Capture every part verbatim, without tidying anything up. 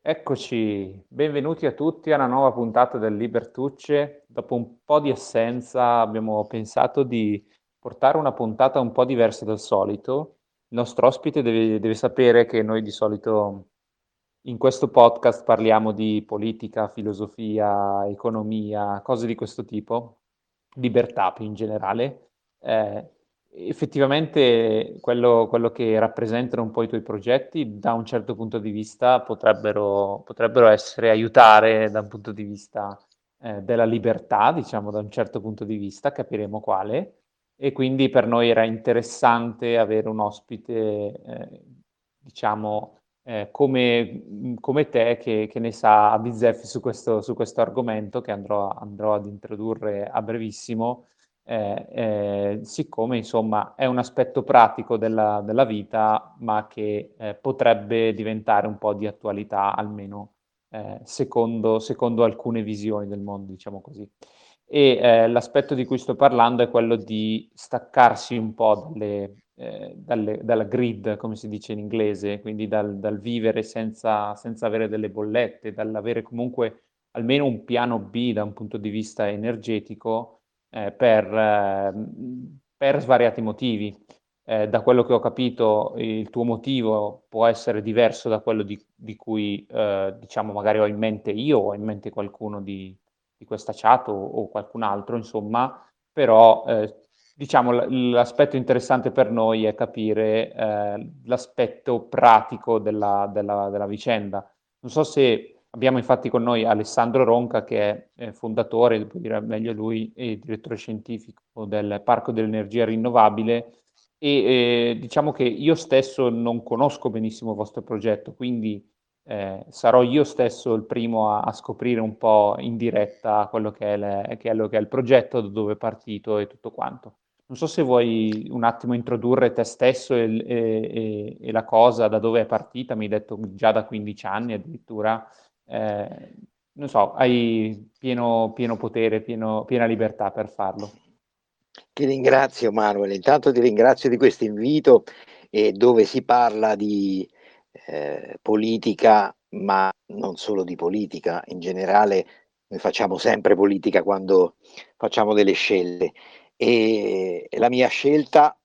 Eccoci, benvenuti a tutti a una nuova puntata del Libertucce. Dopo un po' di assenza abbiamo pensato di portare una puntata un po' diversa dal solito. Il nostro ospite deve, deve sapere che noi di solito in questo podcast parliamo di politica, filosofia, economia, cose di questo tipo, libertà più in generale. Eh, Effettivamente quello, quello che rappresentano un po' i tuoi progetti, da un certo punto di vista, potrebbero, potrebbero essere aiutare da un punto di vista eh, della libertà, diciamo da un certo punto di vista, capiremo quale. E quindi per noi era interessante avere un ospite, eh, diciamo, eh, come, come te che, che ne sa a bizzeffi su questo, su questo argomento che andrò, andrò ad introdurre a brevissimo, eh, eh, siccome insomma è un aspetto pratico della, della vita, ma che eh, potrebbe diventare un po' di attualità, almeno eh, secondo, secondo alcune visioni del mondo, diciamo così. E eh, l'aspetto di cui sto parlando è quello di staccarsi un po' dalle, eh, dalle- dalla grid, come si dice in inglese, quindi dal, dal vivere senza, senza avere delle bollette, dall'avere comunque almeno un piano B da un punto di vista energetico eh, per, eh, per svariati motivi. Eh, da quello che ho capito, il tuo motivo può essere diverso da quello di, di cui, eh, diciamo, magari ho in mente io o ho in mente qualcuno di, di questa chat o, o qualcun altro, insomma, però, eh, diciamo, l- l'aspetto interessante per noi è capire, eh, l'aspetto pratico della, della- della vicenda. Non so se abbiamo infatti con noi Alessandro Ronca, che è eh, fondatore, può dire meglio lui, e direttore scientifico del Parco dell'Energia Rinnovabile. E eh, diciamo che io stesso non conosco benissimo il vostro progetto, quindi eh, sarò io stesso il primo a, a scoprire un po' in diretta quello che è, le- che è lo che è il progetto, da dove è partito e tutto quanto. Non so se vuoi un attimo introdurre te stesso e, e- e- e la cosa, da dove è partita, mi hai detto già da quindici anni addirittura. Eh, non so, hai pieno, pieno potere, pieno- piena libertà per farlo. Ti ringrazio Manuel, intanto ti ringrazio di questo invito eh, dove si parla di eh, politica, ma non solo di politica, in generale noi facciamo sempre politica quando facciamo delle scelte e la mia scelta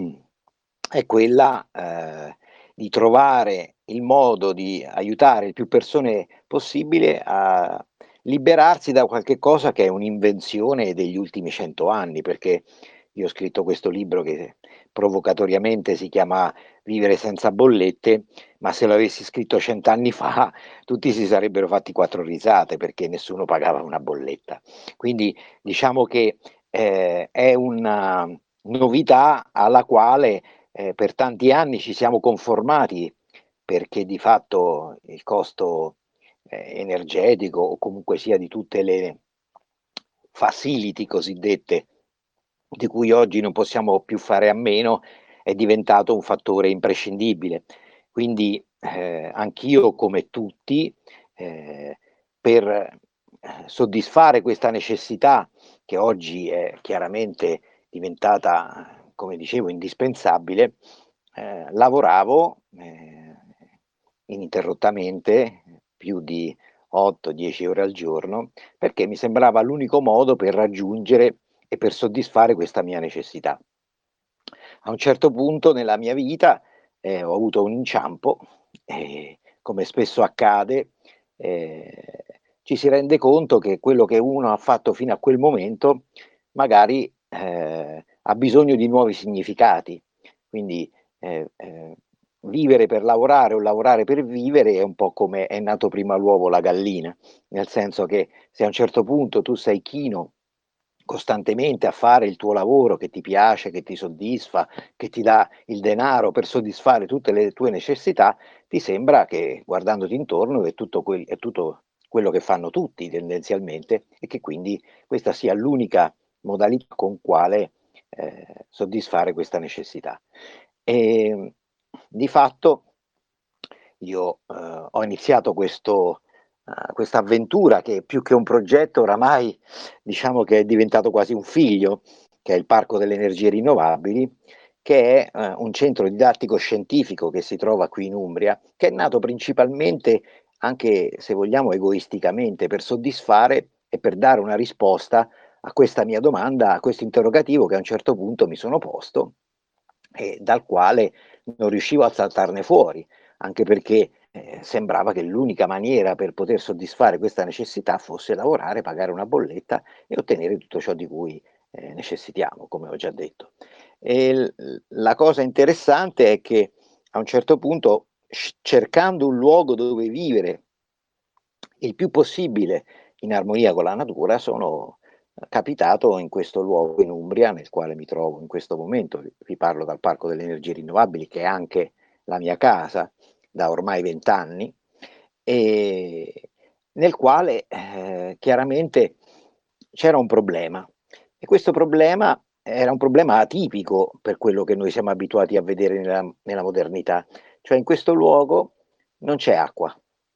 è quella eh, di trovare il modo di aiutare il più persone possibile a liberarsi da qualche cosa che è un'invenzione degli ultimi cento anni, perché io ho scritto questo libro che provocatoriamente si chiama Vivere senza bollette, ma se l'avessi scritto cent'anni fa tutti si sarebbero fatti quattro risate perché nessuno pagava una bolletta. Quindi diciamo che eh, è una novità alla quale eh, per tanti anni ci siamo conformati perché di fatto il costo eh, energetico o comunque sia di tutte le facility cosiddette di cui oggi non possiamo più fare a meno è diventato un fattore imprescindibile. Quindi eh, anch'io come tutti eh, per eh, soddisfare questa necessità che oggi è chiaramente diventata, come dicevo, indispensabile, eh, lavoravo eh, ininterrottamente più di otto dieci ore al giorno perché mi sembrava l'unico modo per raggiungere e per soddisfare questa mia necessità. A un certo punto nella mia vita eh, ho avuto un inciampo e, come spesso accade, eh, ci si rende conto che quello che uno ha fatto fino a quel momento magari eh, ha bisogno di nuovi significati. Quindi eh, eh, vivere per lavorare o lavorare per vivere è un po' come è nato prima l'uovo o la gallina, nel senso che se a un certo punto tu sei chino costantemente a fare il tuo lavoro che ti piace, che ti soddisfa, che ti dà il denaro per soddisfare tutte le tue necessità, ti sembra che guardandoti intorno è tutto, quel, è tutto quello che fanno tutti tendenzialmente e che quindi questa sia l'unica modalità con quale eh, soddisfare questa necessità. E, di fatto io eh, ho iniziato questo, eh, questa avventura che più che un progetto oramai diciamo che è diventato quasi un figlio, che è il Parco delle Energie Rinnovabili, che è eh, un centro didattico scientifico che si trova qui in Umbria, che è nato principalmente anche se vogliamo egoisticamente, per soddisfare e per dare una risposta a questa mia domanda, a questo interrogativo che a un certo punto mi sono posto e dal quale non riuscivo a saltarne fuori, anche perché eh, sembrava che l'unica maniera per poter soddisfare questa necessità fosse lavorare, pagare una bolletta e ottenere tutto ciò di cui eh, necessitiamo, come ho già detto. E l- la cosa interessante è che a un certo punto, sc- cercando un luogo dove vivere il più possibile in armonia con la natura, sono capitato in questo luogo in Umbria, nel quale mi trovo in questo momento. Vi vi parlo dal Parco delle Energie Rinnovabili, che è anche la mia casa da ormai vent'anni, e nel quale eh, chiaramente c'era un problema. E questo problema era un problema atipico per quello che noi siamo abituati a vedere nella, nella modernità. Cioè in questo luogo non c'è acqua,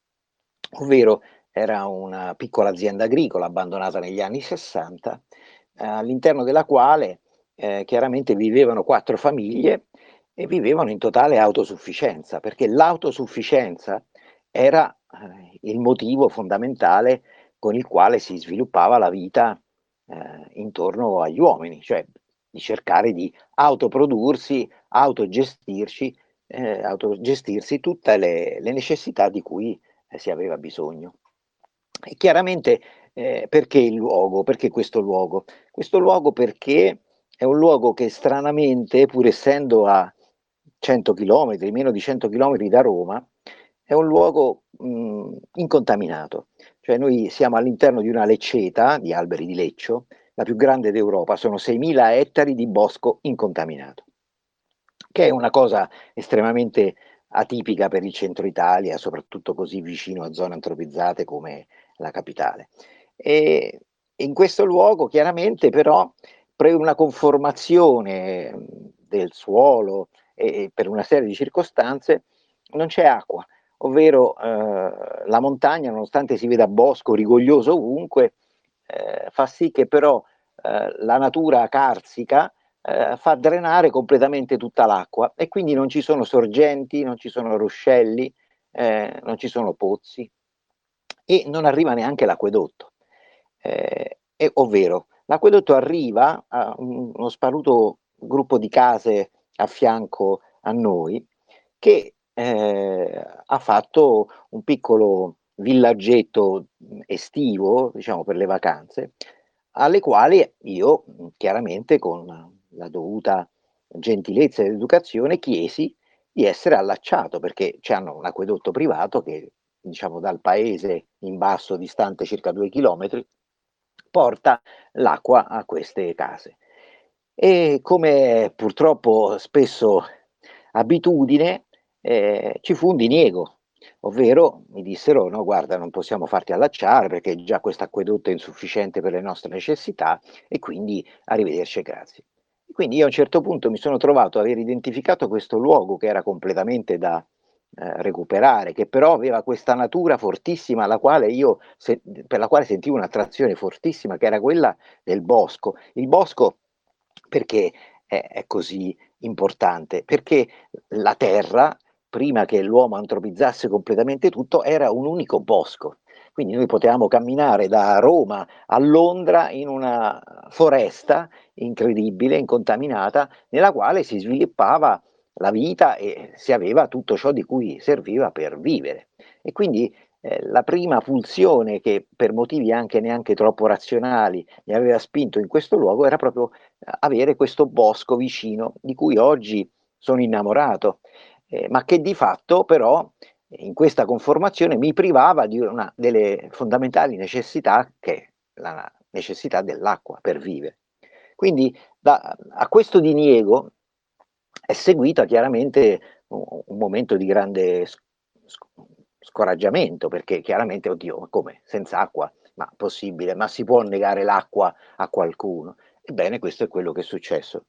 ovvero era una piccola azienda agricola abbandonata negli anni sessanta, eh, all'interno della quale eh, chiaramente vivevano quattro famiglie e vivevano in totale autosufficienza, perché l'autosufficienza era eh, il motivo fondamentale con il quale si sviluppava la vita eh, intorno agli uomini, cioè di cercare di autoprodursi, autogestirci, eh, autogestirsi tutte le, le necessità di cui eh, si aveva bisogno. E chiaramente eh, perché il luogo? Perché questo luogo? Questo luogo perché è un luogo che stranamente, pur essendo a cento chilometri, meno di cento chilometri da Roma, è un luogo mh, incontaminato. Cioè noi siamo all'interno di una lecceta di alberi di leccio, la più grande d'Europa, sono seimila ettari di bosco incontaminato, che è una cosa estremamente atipica per il centro Italia, soprattutto così vicino a zone antropizzate come la capitale. E in questo luogo chiaramente però per una conformazione del suolo e per una serie di circostanze non c'è acqua, ovvero eh, la montagna, nonostante si veda bosco rigoglioso ovunque, eh, fa sì che però eh, la natura carsica eh, fa drenare completamente tutta l'acqua e quindi non ci sono sorgenti, non ci sono ruscelli, eh, non ci sono pozzi e non arriva neanche l'acquedotto. Eh, e, ovvero, l'acquedotto arriva a un- uno sparuto gruppo di case a fianco a noi che eh, ha fatto un piccolo villaggetto estivo, diciamo per le vacanze, alle quali io chiaramente con la dovuta gentilezza ed educazione chiesi di essere allacciato perché hanno un acquedotto privato che diciamo dal paese in basso, distante circa due chilometri, porta l'acqua a queste case. E come purtroppo spesso abitudine, eh, ci fu un diniego, ovvero mi dissero: no, guarda, non possiamo farti allacciare perché già questo acquedotto è insufficiente per le nostre necessità e quindi arrivederci e grazie. Quindi io a un certo punto mi sono trovato ad aver identificato questo luogo che era completamente da eh, recuperare, che però aveva questa natura fortissima alla quale io, se, per la quale sentivo un'attrazione fortissima, che era quella del bosco. Il bosco perché è, è così importante? Perché la terra, prima che l'uomo antropizzasse completamente tutto, era un unico bosco. Quindi noi potevamo camminare da Roma a Londra in una foresta incredibile, incontaminata, nella quale si sviluppava la vita e si aveva tutto ciò di cui serviva per vivere. E quindi eh, la prima pulsione che per motivi anche neanche troppo razionali mi aveva spinto in questo luogo era proprio eh, avere questo bosco vicino di cui oggi sono innamorato, eh, ma che di fatto però in questa conformazione mi privava di una delle fondamentali necessità che è la necessità dell'acqua per vivere. Quindi da, a questo diniego è seguita chiaramente un, un momento di grande sc- scoraggiamento, perché chiaramente, oddio, ma come? Senza acqua? Ma possibile? Ma si può negare l'acqua a qualcuno? Ebbene, questo è quello che è successo.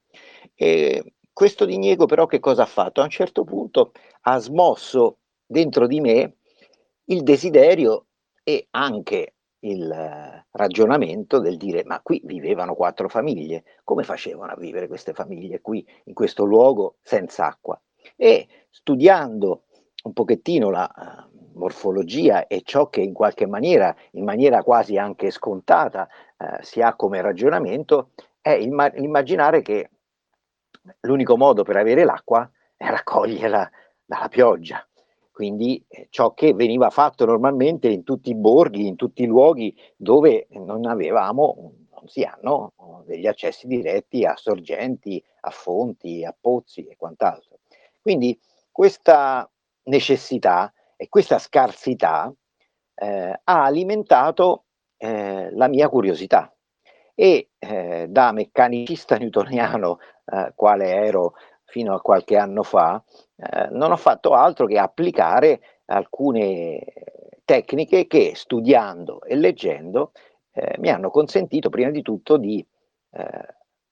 E questo diniego però che cosa ha fatto? A un certo punto ha smosso dentro di me il desiderio e anche il eh, ragionamento del dire: ma qui vivevano quattro famiglie, come facevano a vivere queste famiglie qui in questo luogo senza acqua? E studiando un pochettino la, morfologia e ciò che in qualche maniera, in maniera quasi anche scontata, eh, si ha come ragionamento, è imma- immaginare che l'unico modo per avere l'acqua è raccoglierla dalla pioggia. Quindi eh, ciò che veniva fatto normalmente in tutti i borghi, in tutti i luoghi dove non avevamo, non si hanno degli accessi diretti a sorgenti, a fonti, a pozzi e quant'altro. Quindi questa necessità e questa scarsità eh, ha alimentato eh, la mia curiosità e eh, da meccanicista newtoniano eh, quale ero fino a qualche anno fa, eh, non ho fatto altro che applicare alcune tecniche che studiando e leggendo eh, mi hanno consentito prima di tutto di eh,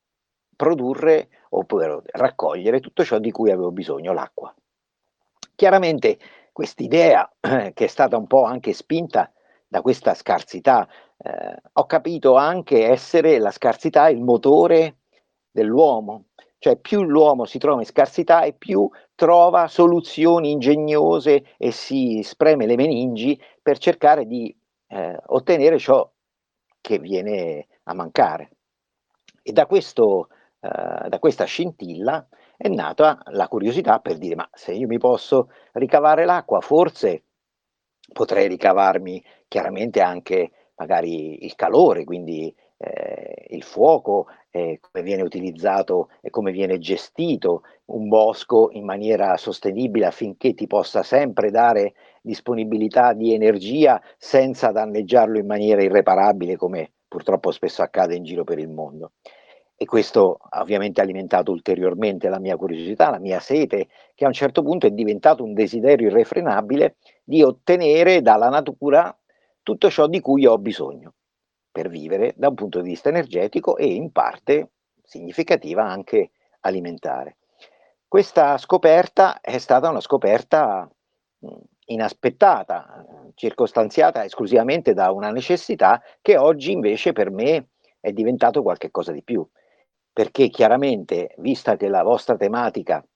produrre oppure raccogliere tutto ciò di cui avevo bisogno, l'acqua. Chiaramente quest'idea, eh, che è stata un po' anche spinta da questa scarsità, eh, ho capito anche essere la scarsità il motore dell'uomo, cioè più l'uomo si trova in scarsità e più trova soluzioni ingegnose e si spreme le meningi per cercare di eh, ottenere ciò che viene a mancare. E da, questo, eh, da questa scintilla è nata la curiosità per dire: ma se io mi posso ricavare l'acqua, forse potrei ricavarmi chiaramente anche magari il calore, quindi eh, il fuoco, eh, come viene utilizzato e come viene gestito un bosco in maniera sostenibile affinché ti possa sempre dare disponibilità di energia senza danneggiarlo in maniera irreparabile, come purtroppo spesso accade in giro per il mondo. E questo ha ovviamente alimentato ulteriormente la mia curiosità, la mia sete, che a un certo punto è diventato un desiderio irrefrenabile di ottenere dalla natura tutto ciò di cui ho bisogno per vivere da un punto di vista energetico e in parte significativa anche alimentare. Questa scoperta è stata una scoperta mh, inaspettata, circostanziata esclusivamente da una necessità che oggi invece per me è diventato qualcosa di più, perché chiaramente, vista che la vostra tematica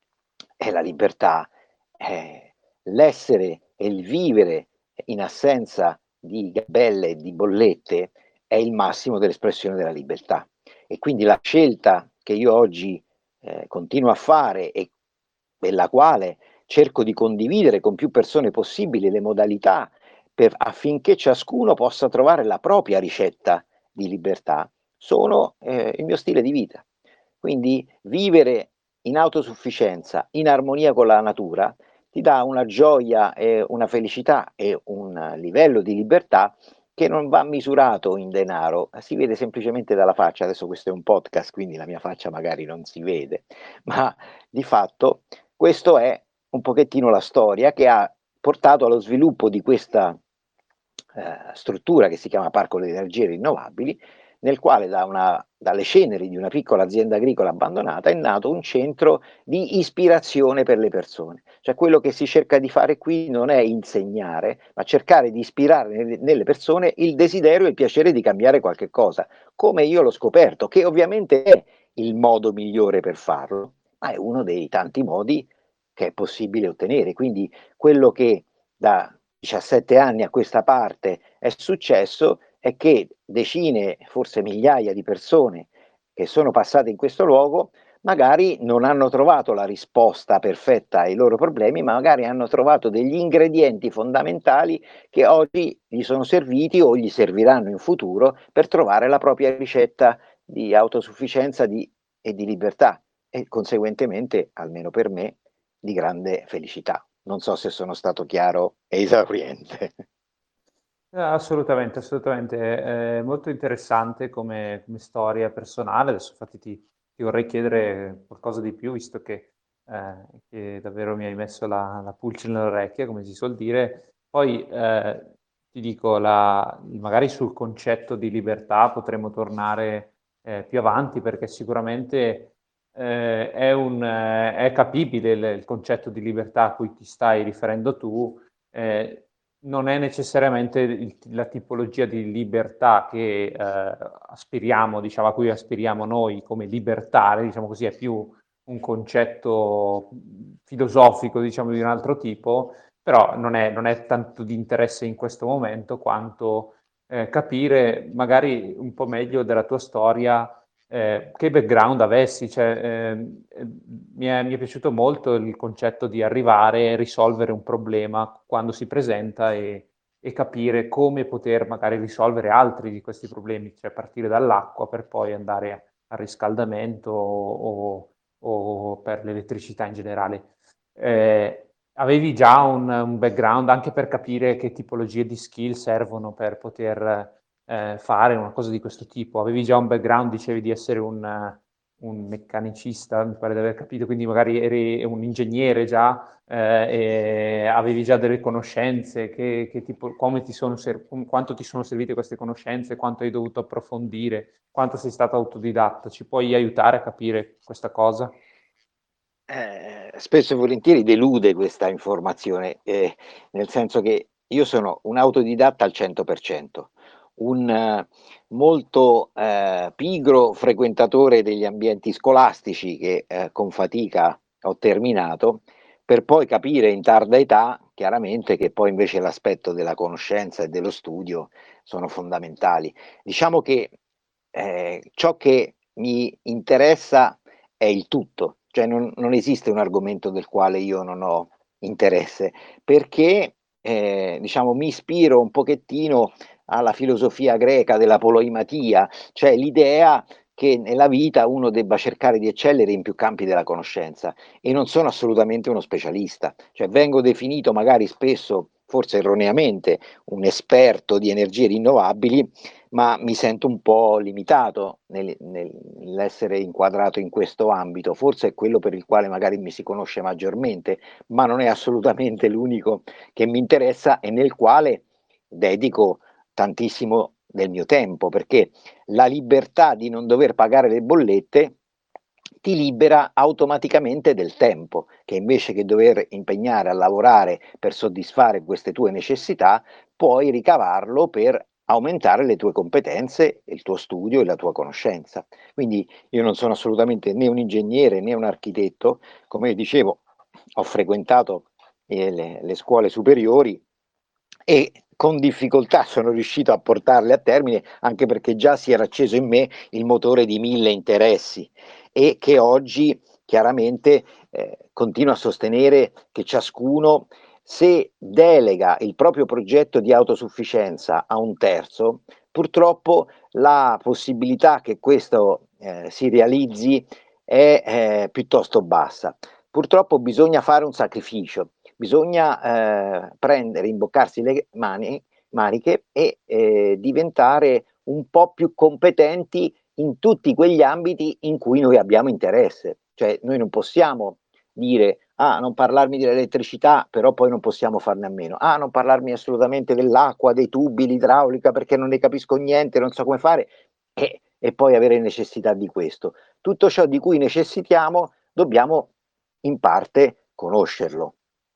è la libertà, eh, l'essere e il vivere in assenza di gabelle e di bollette è il massimo dell'espressione della libertà. E quindi la scelta che io oggi eh, continuo a fare e per la quale cerco di condividere con più persone possibili le modalità per, affinché ciascuno possa trovare la propria ricetta di libertà, sono eh, il mio stile di vita. Quindi vivere in autosufficienza, in armonia con la natura, ti dà una gioia e una felicità e un livello di libertà che non va misurato in denaro, si vede semplicemente dalla faccia. Adesso questo è un podcast, quindi la mia faccia magari non si vede, ma di fatto questo è un pochettino la storia che ha portato allo sviluppo di questa eh, struttura che si chiama Parco delle Energie Rinnovabili, nel quale da una, dalle ceneri di una piccola azienda agricola abbandonata è nato un centro di ispirazione per le persone. Cioè quello che si cerca di fare qui non è insegnare, ma cercare di ispirare nelle, nelle persone il desiderio e il piacere di cambiare qualche cosa, come io l'ho scoperto, che ovviamente è il modo migliore per farlo, ma è uno dei tanti modi che è possibile ottenere. Quindi quello che da diciassette anni a questa parte è successo è che decine, forse migliaia di persone che sono passate in questo luogo magari non hanno trovato la risposta perfetta ai loro problemi, ma magari hanno trovato degli ingredienti fondamentali che oggi gli sono serviti o gli serviranno in futuro per trovare la propria ricetta di autosufficienza di, e di libertà e conseguentemente, almeno per me, di grande felicità. Non so se sono stato chiaro e esauriente. Eh, Assolutamente, assolutamente. È molto interessante come, come storia personale. Adesso infatti ti, ti vorrei chiedere qualcosa di più, visto che, eh, che davvero mi hai messo la, la pulce nelle orecchie, come si suol dire. Poi eh, ti dico, la- magari sul concetto di libertà potremo tornare eh, più avanti, perché sicuramente eh, è un, eh, è capibile il, il concetto di libertà a cui ti stai riferendo tu. eh, Non è necessariamente il- la tipologia di libertà che eh, aspiriamo, diciamo, a cui aspiriamo noi come libertari, diciamo così, è più un concetto filosofico, diciamo, di un altro tipo, però non è, non è tanto di interesse in questo momento quanto eh, capire magari un po' meglio della tua storia, eh, che background avessi. Cioè, ehm, eh, mi è, mi è piaciuto molto il concetto di arrivare e risolvere un problema quando si presenta e, e capire come poter magari risolvere altri di questi problemi, cioè partire dall'acqua per poi andare al riscaldamento o, o per l'elettricità in generale. Eh, Avevi già un, un background anche per capire che tipologie di skill servono per poter eh, fare una cosa di questo tipo? Avevi già un background, dicevi di essere un, un meccanicista, mi pare di aver capito, quindi magari eri un ingegnere già, eh, e avevi già delle conoscenze, che, che tipo, come ti sono ser- quanto ti sono servite queste conoscenze, quanto hai dovuto approfondire, quanto sei stato autodidatta? Ci puoi aiutare a capire questa cosa? Eh, spesso e volentieri delude questa informazione, eh, nel senso che io sono un autodidatta al cento per cento, un eh, molto eh, pigro frequentatore degli ambienti scolastici che eh, con fatica ho terminato, per poi capire in tarda età, chiaramente, che poi invece l'aspetto della conoscenza e dello studio sono fondamentali. Diciamo che eh, ciò che mi interessa è il tutto, cioè non, non esiste un argomento del quale io non ho interesse, perché eh, diciamo, mi ispiro un pochettino alla filosofia greca della poloimatia, cioè l'idea che nella vita uno debba cercare di eccellere in più campi della conoscenza, e non sono assolutamente uno specialista, cioè vengo definito magari spesso, forse erroneamente, un esperto di energie rinnovabili, ma mi sento un po' limitato nel- nel- nell'essere inquadrato in questo ambito. Forse è quello per il quale magari mi si conosce maggiormente, ma non è assolutamente l'unico che mi interessa e nel quale dedico tantissimo del mio tempo, perché la libertà di non dover pagare le bollette ti libera automaticamente del tempo, che invece che dover impegnare a lavorare per soddisfare queste tue necessità, puoi ricavarlo per aumentare le tue competenze, il tuo studio e la tua conoscenza. Quindi io non sono assolutamente né un ingegnere né un architetto, come dicevo, ho frequentato eh, le, le scuole superiori e con difficoltà sono riuscito a portarle a termine, anche perché già si era acceso in me il motore di mille interessi e che oggi chiaramente eh, continuo a sostenere che ciascuno, se delega il proprio progetto di autosufficienza a un terzo, purtroppo la possibilità che questo eh, si realizzi è eh, piuttosto bassa. Purtroppo bisogna fare un sacrificio, bisogna eh, prendere, imboccarsi le mani, maniche e eh, diventare un po' più competenti in tutti quegli ambiti in cui noi abbiamo interesse. Cioè noi non possiamo dire ah, non parlarmi dell'elettricità, però poi non possiamo farne a meno. Ah, non parlarmi assolutamente dell'acqua, dei tubi, l'idraulica, perché non ne capisco niente, non so come fare, e, e poi avere necessità di questo. Tutto ciò di cui necessitiamo dobbiamo in parte conoscerlo.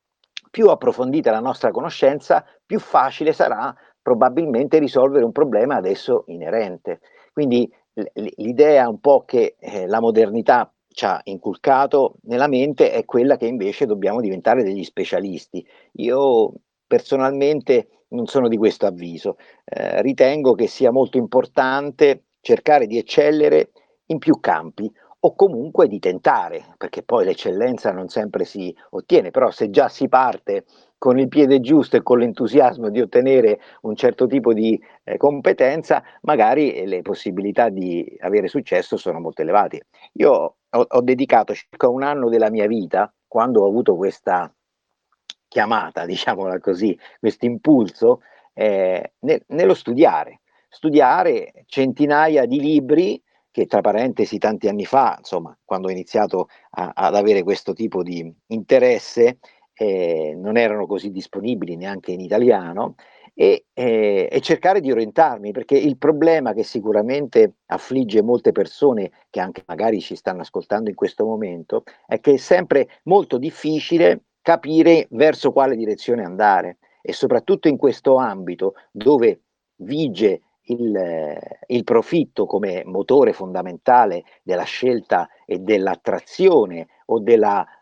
Più approfondita la nostra conoscenza, più facile sarà probabilmente risolvere un problema adesso inerente. Quindi l'idea un po' che eh, la modernità ci ha inculcato nella mente è quella che invece dobbiamo diventare degli specialisti. Io personalmente non sono di questo avviso, eh, ritengo che sia molto importante cercare di eccellere in più campi o comunque di tentare, perché poi l'eccellenza non sempre si ottiene, però se già si parte con il piede giusto e con l'entusiasmo di ottenere un certo tipo di eh, competenza, magari le possibilità di avere successo sono molto elevate. Io ho, ho dedicato circa un anno della mia vita, quando ho avuto questa chiamata, diciamola così, questo impulso, eh, ne, nello studiare, studiare centinaia di libri che tra parentesi tanti anni fa, insomma, quando ho iniziato a, ad avere questo tipo di interesse, eh, non erano così disponibili neanche in italiano, e, eh, e cercare di orientarmi, perché il problema che sicuramente affligge molte persone che anche magari ci stanno ascoltando in questo momento è che è sempre molto difficile capire verso quale direzione andare, e soprattutto in questo ambito dove vige il, eh, il profitto come motore fondamentale della scelta e dell'attrazione o della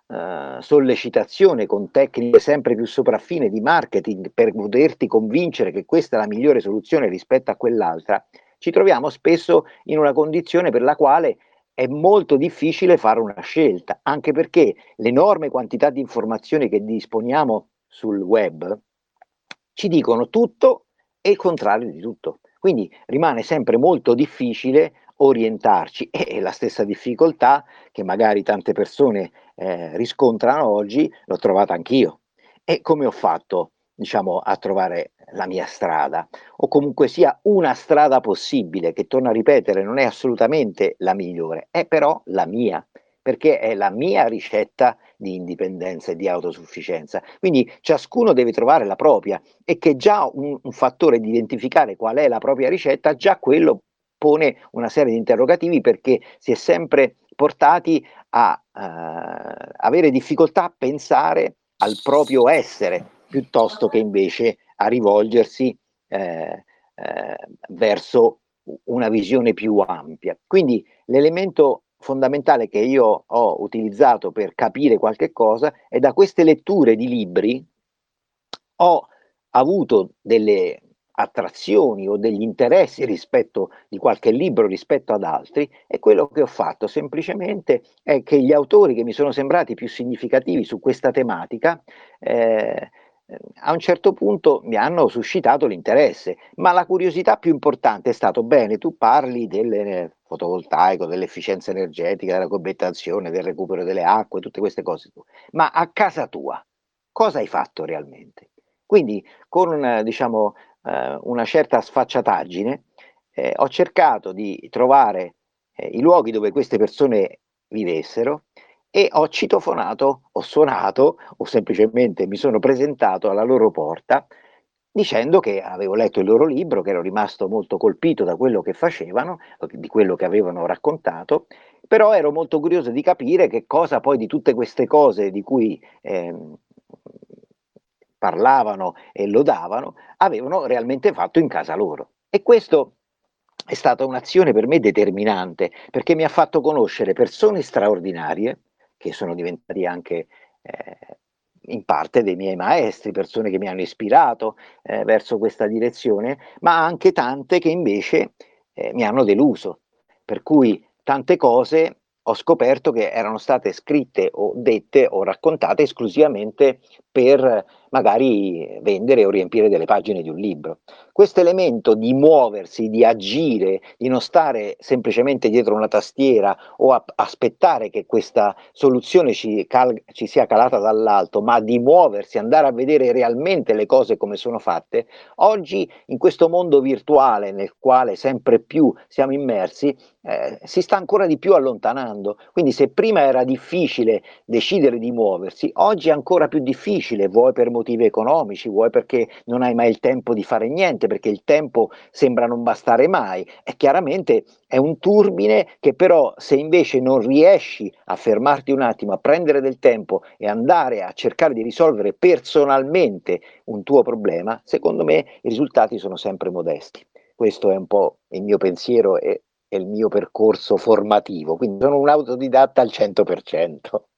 uh, sollecitazione con tecniche sempre più sopraffine di marketing per poterti convincere che questa è la migliore soluzione rispetto a quell'altra, ci troviamo spesso in una condizione per la quale è molto difficile fare una scelta, anche perché l'enorme quantità di informazioni che disponiamo sul web ci dicono tutto e il contrario di tutto. Quindi rimane sempre molto difficile orientarci, e la stessa difficoltà che magari tante persone eh, riscontrano oggi l'ho trovata anch'io. E come ho fatto, diciamo, a trovare la mia strada, o comunque sia una strada possibile, che torno a ripetere, non è assolutamente la migliore, è però la mia, perché è la mia ricetta di indipendenza e di autosufficienza. Quindi ciascuno deve trovare la propria, e che già un, un fattore di identificare qual è la propria ricetta, già quello pone una serie di interrogativi, perché si è sempre portati a eh, avere difficoltà a pensare al proprio essere, piuttosto che invece a rivolgersi eh, eh, verso una visione più ampia. Quindi l'elemento fondamentale che io ho utilizzato per capire qualche cosa è da queste letture di libri ho avuto delle attrazioni o degli interessi rispetto di qualche libro rispetto ad altri, e quello che ho fatto semplicemente è che gli autori che mi sono sembrati più significativi su questa tematica eh, a un certo punto mi hanno suscitato l'interesse, ma la curiosità più importante è stato: bene, tu parli del fotovoltaico, dell'efficienza energetica, della coabitazione, del recupero delle acque, tutte queste cose, ma a casa tua cosa hai fatto realmente? Quindi con una, diciamo, eh, una certa sfacciataggine eh, ho cercato di trovare eh, i luoghi dove queste persone vivessero, e ho citofonato, ho suonato o semplicemente mi sono presentato alla loro porta dicendo che avevo letto il loro libro, che ero rimasto molto colpito da quello che facevano, di quello che avevano raccontato, però ero molto curioso di capire che cosa poi di tutte queste cose di cui ehm, parlavano e lodavano avevano realmente fatto in casa loro. E questo è stata un'azione per me determinante, perché mi ha fatto conoscere persone straordinarie, che sono diventati anche eh, in parte dei miei maestri, persone che mi hanno ispirato eh, verso questa direzione, ma anche tante che invece eh, mi hanno deluso, per cui tante cose ho scoperto che erano state scritte o dette o raccontate esclusivamente per magari vendere o riempire delle pagine di un libro. Questo elemento di muoversi, di agire, di non stare semplicemente dietro una tastiera o a, aspettare che questa soluzione ci, cal, ci sia calata dall'alto, ma di muoversi, andare a vedere realmente le cose come sono fatte, oggi in questo mondo virtuale nel quale sempre più siamo immersi, eh, si sta ancora di più allontanando. Quindi se prima era difficile decidere di muoversi, oggi è ancora più difficile, vuoi per motivi economici, vuoi perché non hai mai il tempo di fare niente, perché il tempo sembra non bastare mai. E chiaramente è un turbine che però, se invece non riesci a fermarti un attimo, a prendere del tempo e andare a cercare di risolvere personalmente un tuo problema, secondo me i risultati sono sempre modesti. Questo è un po' il mio pensiero e, e il mio percorso formativo, quindi sono un autodidatta al cento per cento.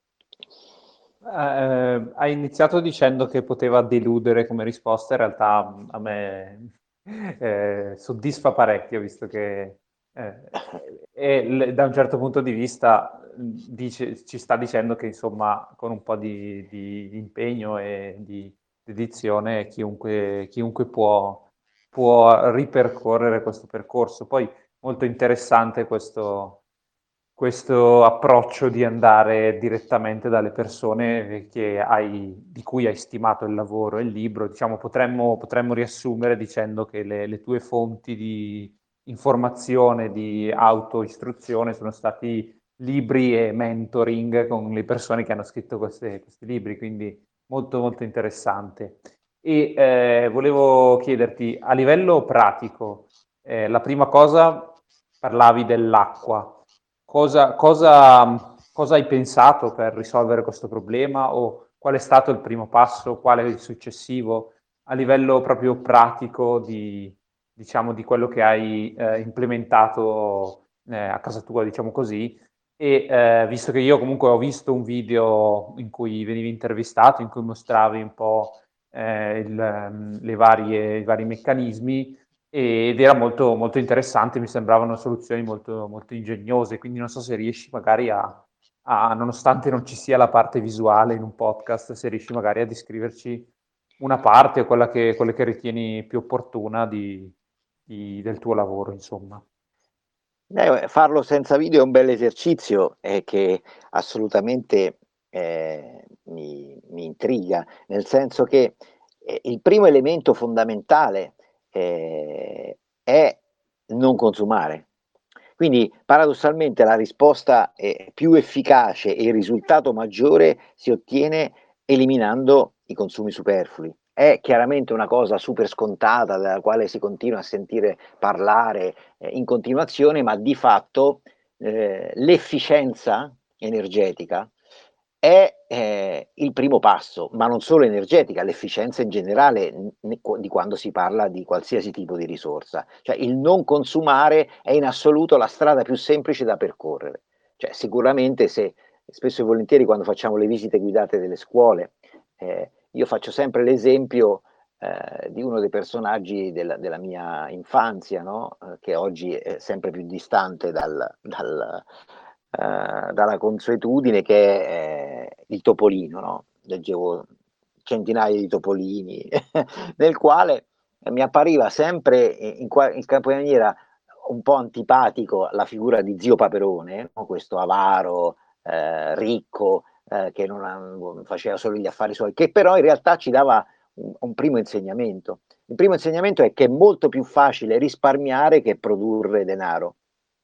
Eh, hai iniziato dicendo che poteva deludere come risposta, in realtà mh, a me eh, soddisfa parecchio, visto che eh, e l- da un certo punto di vista mh, dice- ci sta dicendo che insomma con un po' di, di impegno e di dedizione chiunque, chiunque può, può ripercorrere questo percorso. Poi molto interessante questo questo approccio di andare direttamente dalle persone che hai, di cui hai stimato il lavoro e il libro. Diciamo, potremmo, potremmo riassumere dicendo che le, le tue fonti di informazione, di autoistruzione sono stati libri e mentoring con le persone che hanno scritto queste- questi libri, quindi molto molto interessante. E eh, volevo chiederti, a livello pratico, eh, la prima cosa, parlavi dell'acqua. Cosa, cosa, cosa hai pensato per risolvere questo problema o qual è stato il primo passo, qual è il successivo a livello proprio pratico di, diciamo, di quello che hai eh, implementato eh, a casa tua, diciamo così, E eh, visto che io comunque ho visto un video in cui venivi intervistato, in cui mostravi un po' eh, il, ehm, le varie, i vari meccanismi, ed era molto, molto interessante, mi sembravano soluzioni molto, molto ingegnose, quindi non so se riesci magari a, a, nonostante non ci sia la parte visuale in un podcast, se riesci magari a descriverci una parte o quella che, quella che ritieni più opportuna di, di- del tuo lavoro, insomma. Eh, farlo senza video è un bel esercizio e che assolutamente eh, mi, mi intriga, nel senso che eh, il primo elemento fondamentale eh, è non consumare. Quindi paradossalmente la risposta è più efficace e il risultato maggiore si ottiene eliminando i consumi superflui. È chiaramente una cosa super scontata della quale si continua a sentire parlare eh, in continuazione, ma di fatto eh, l'efficienza energetica è eh, il primo passo, ma non solo energetica, l'efficienza in generale n- di quando si parla di qualsiasi tipo di risorsa. Cioè il non consumare è in assoluto la strada più semplice da percorrere. Cioè sicuramente se spesso e volentieri quando facciamo le visite guidate delle scuole, eh, io faccio sempre l'esempio eh, di uno dei personaggi della, della mia infanzia, no? Eh, che oggi è sempre più distante dal, dal, eh, dalla consuetudine, che è eh, il topolino, no? Leggevo centinaia di topolini, nel quale mi appariva sempre in, in capomaniera un po' antipatico la figura di zio Paperone, no? Questo avaro, eh, ricco, eh, che non ha, faceva solo gli affari suoi, che però in realtà ci dava un, un primo insegnamento. Il primo insegnamento è che è molto più facile risparmiare che produrre denaro.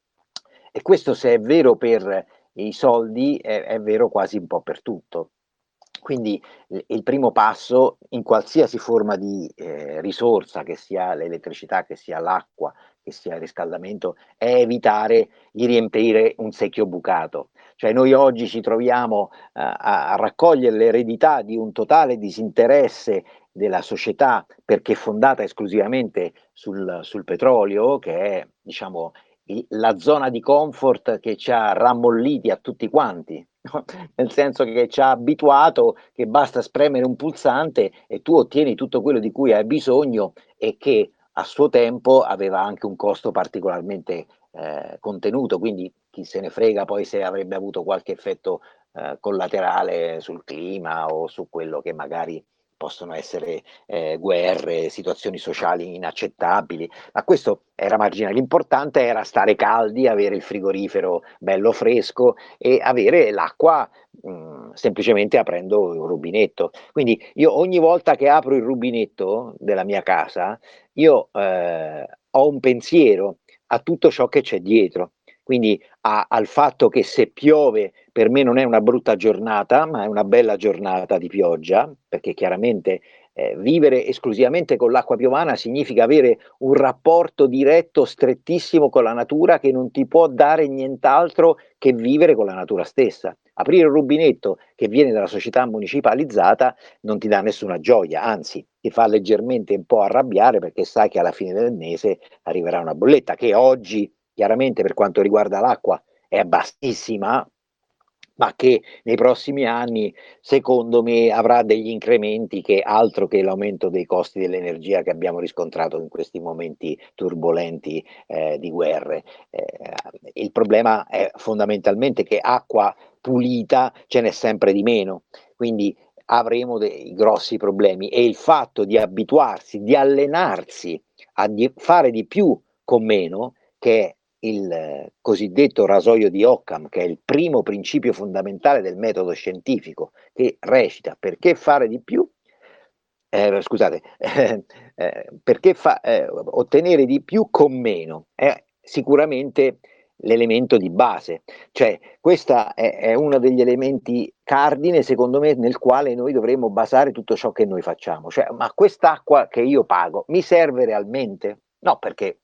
E questo, se è vero per i soldi, è, è vero quasi un po' per tutto. Quindi il, il primo passo in qualsiasi forma di eh, risorsa, che sia l'elettricità, che sia l'acqua, che sia il riscaldamento, è evitare di riempire un secchio bucato. Cioè noi oggi ci troviamo eh, a, a raccogliere l'eredità di un totale disinteresse della società, perché fondata esclusivamente sul, sul petrolio, che è, diciamo, la zona di comfort che ci ha rammolliti a tutti quanti, no? Nel senso che ci ha abituato che basta spremere un pulsante e tu ottieni tutto quello di cui hai bisogno, e che a suo tempo aveva anche un costo particolarmente eh, contenuto, quindi chi se ne frega poi se avrebbe avuto qualche effetto eh, collaterale sul clima o su quello che magari possono essere eh, guerre, situazioni sociali inaccettabili, ma questo era marginale. L'importante era stare caldi, avere il frigorifero bello fresco e avere l'acqua mh, semplicemente aprendo un rubinetto. Quindi io ogni volta che apro il rubinetto della mia casa, io eh, ho un pensiero a tutto ciò che c'è dietro. Quindi a, al fatto che se piove per me non è una brutta giornata, ma è una bella giornata di pioggia, perché chiaramente eh, vivere esclusivamente con l'acqua piovana significa avere un rapporto diretto, strettissimo con la natura, che non ti può dare nient'altro che vivere con la natura stessa. Aprire un rubinetto che viene dalla società municipalizzata non ti dà nessuna gioia, anzi ti fa leggermente un po' arrabbiare, perché sai che alla fine del mese arriverà una bolletta che oggi, chiaramente, per quanto riguarda l'acqua è bassissima, ma che nei prossimi anni, secondo me, avrà degli incrementi che altro che l'aumento dei costi dell'energia che abbiamo riscontrato in questi momenti turbolenti eh, di guerre. Eh, il problema è fondamentalmente che acqua pulita ce n'è sempre di meno, quindi avremo dei grossi problemi, e il fatto di abituarsi, di allenarsi a di fare di più con meno, che è il cosiddetto rasoio di Occam, che è il primo principio fondamentale del metodo scientifico, che recita: perché fare di più? Eh, scusate, eh, eh, perché fa, eh, ottenere di più con meno? È sicuramente l'elemento di base, cioè questo è, è uno degli elementi cardine, secondo me, nel quale noi dovremmo basare tutto ciò che noi facciamo. Cioè, ma quest'acqua che io pago mi serve realmente? No, perché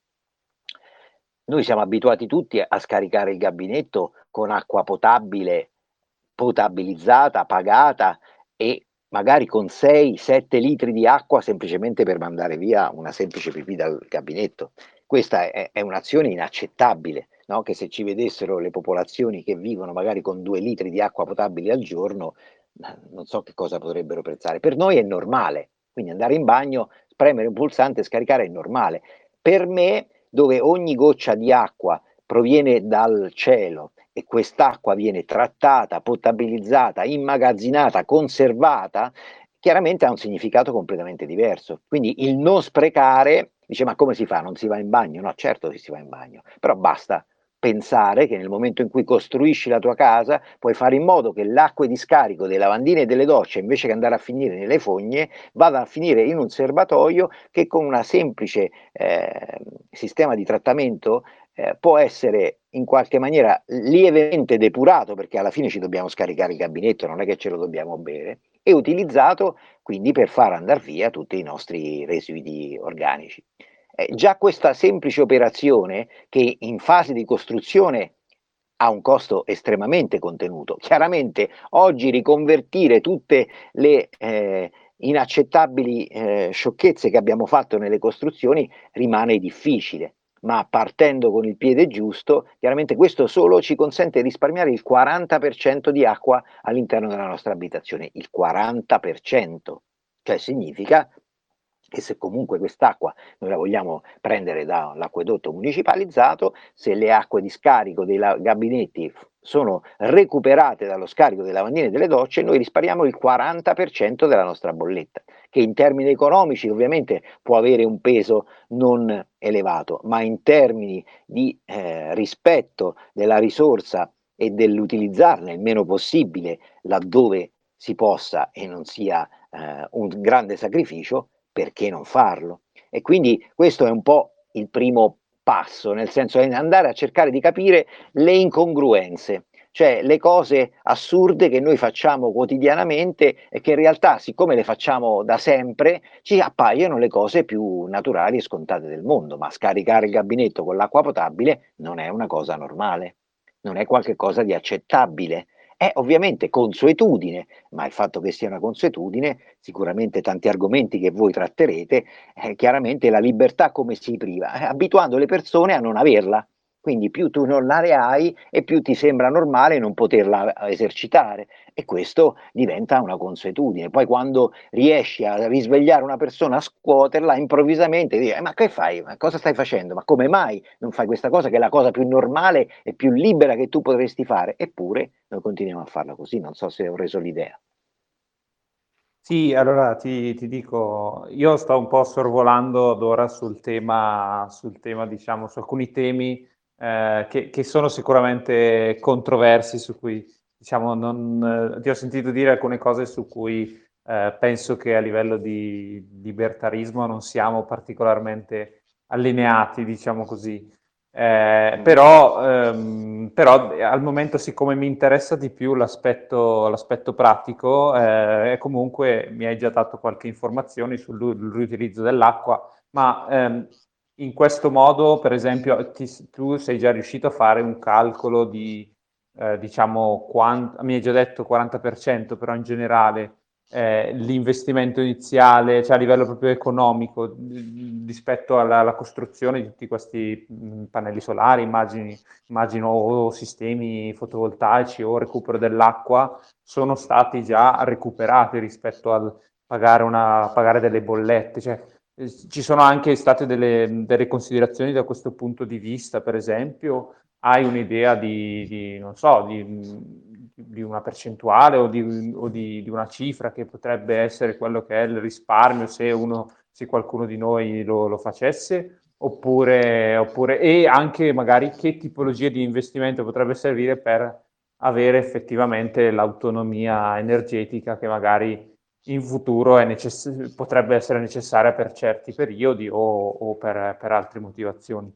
noi siamo abituati tutti a scaricare il gabinetto con acqua potabile, potabilizzata, pagata, e magari con sei sette litri di acqua semplicemente per mandare via una semplice pipì dal gabinetto. Questa è, è un'azione inaccettabile. no? Che se ci vedessero le popolazioni che vivono magari con due litri di acqua potabile al giorno, non so che cosa potrebbero pensare. Per noi è normale, quindi andare in bagno, premere un pulsante e scaricare è normale. Per me, dove ogni goccia di acqua proviene dal cielo e quest'acqua viene trattata, potabilizzata, immagazzinata, conservata, chiaramente ha un significato completamente diverso. Quindi il non sprecare, dice ma come si fa? Non si va in bagno? No, certo che si va in bagno, però basta pensare che nel momento in cui costruisci la tua casa puoi fare in modo che l'acqua di scarico dei lavandini e delle docce, invece che andare a finire nelle fogne, vada a finire in un serbatoio che con un semplice eh, sistema di trattamento eh, può essere in qualche maniera lievemente depurato, perché alla fine ci dobbiamo scaricare il gabinetto, non è che ce lo dobbiamo bere, e utilizzato quindi per far andare via tutti i nostri residui organici. Eh, già questa semplice operazione, che in fase di costruzione ha un costo estremamente contenuto, chiaramente oggi riconvertire tutte le eh, inaccettabili eh, sciocchezze che abbiamo fatto nelle costruzioni rimane difficile, ma partendo con il piede giusto, chiaramente questo solo ci consente di risparmiare il quaranta per cento di acqua all'interno della nostra abitazione, il quaranta per cento, cioè significa che se comunque quest'acqua noi la vogliamo prendere dall'acquedotto municipalizzato, se le acque di scarico dei gabinetti sono recuperate dallo scarico dei lavandini e delle docce, noi risparmiamo il quaranta per cento della nostra bolletta, che in termini economici ovviamente può avere un peso non elevato, ma in termini di eh, rispetto della risorsa e dell'utilizzarne il meno possibile laddove si possa e non sia eh, un grande sacrificio, perché non farlo? E quindi questo è un po' il primo passo, nel senso di andare a cercare di capire le incongruenze, cioè le cose assurde che noi facciamo quotidianamente e che in realtà, siccome le facciamo da sempre, ci appaiono le cose più naturali e scontate del mondo, ma scaricare il gabinetto con l'acqua potabile non è una cosa normale, non è qualcosa di accettabile. È ovviamente consuetudine, ma il fatto che sia una consuetudine, sicuramente tanti argomenti che voi tratterete, eh, chiaramente la libertà come si priva? Eh, abituando le persone a non averla. Quindi più tu non la ne hai e più ti sembra normale non poterla esercitare e questo diventa una consuetudine. Poi quando riesci a risvegliare una persona, a scuoterla, improvvisamente dici, eh, ma che fai? Ma cosa stai facendo? Ma come mai non fai questa cosa che è la cosa più normale e più libera che tu potresti fare? Eppure noi continuiamo a farla così, non so se ho reso l'idea. Sì, allora ti, ti dico, io sto un po' sorvolando ad ora sul tema, sul tema, diciamo, su alcuni temi eh, che, che sono sicuramente controversi, su cui, diciamo, non, eh, ti ho sentito dire alcune cose su cui eh, penso che a livello di libertarismo non siamo particolarmente allineati, diciamo così. Eh, Mm. però, ehm, però eh, al momento, siccome mi interessa di più l'aspetto, l'aspetto pratico, eh, e comunque mi hai già dato qualche informazione sul riutilizzo dell'acqua, ma ehm, in questo modo, per esempio, ti- tu sei già riuscito a fare un calcolo di, eh, diciamo, quant- mi hai già detto quaranta per cento, però in generale eh, l'investimento iniziale, cioè a livello proprio economico, d- rispetto alla, alla costruzione di tutti questi mh, pannelli solari, immagini, immagino, o sistemi fotovoltaici o recupero dell'acqua, sono stati già recuperati rispetto al pagare, una, pagare delle bollette. Cioè, eh, ci sono anche state delle, delle considerazioni da questo punto di vista, per esempio, hai un'idea di, di non so, di, di una percentuale o, di, o di, di una cifra che potrebbe essere quello che è il risparmio se uno, se qualcuno di noi lo, lo facesse? Oppure, oppure, e anche magari che tipologia di investimento potrebbe servire per avere effettivamente l'autonomia energetica che magari in futuro è necess- potrebbe essere necessaria per certi periodi o, o per, per altre motivazioni.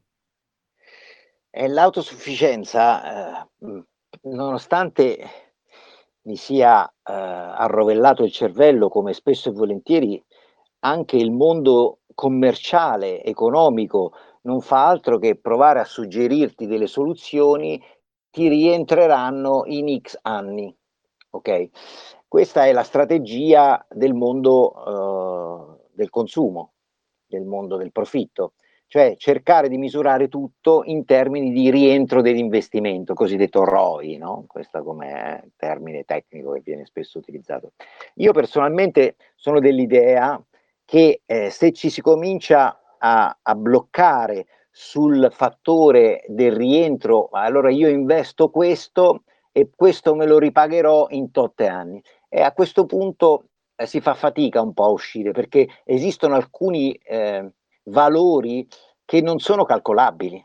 E l'autosufficienza, eh, mh, nonostante mi sia eh, arrovellato il cervello, come spesso e volentieri anche il mondo commerciale, economico, non fa altro che provare a suggerirti delle soluzioni, ti rientreranno in X anni. Ok? Questa è la strategia del mondo eh, del consumo, del mondo del profitto. cioè cercare di misurare tutto in termini di rientro dell'investimento, cosiddetto R O I, no? Questo come termine tecnico che viene spesso utilizzato. Io personalmente sono dell'idea che eh, se ci si comincia a, a bloccare sul fattore del rientro, allora io investo questo e questo me lo ripagherò in tot anni. E a questo punto eh, si fa fatica un po' a uscire, perché esistono alcuni eh, valori che non sono calcolabili.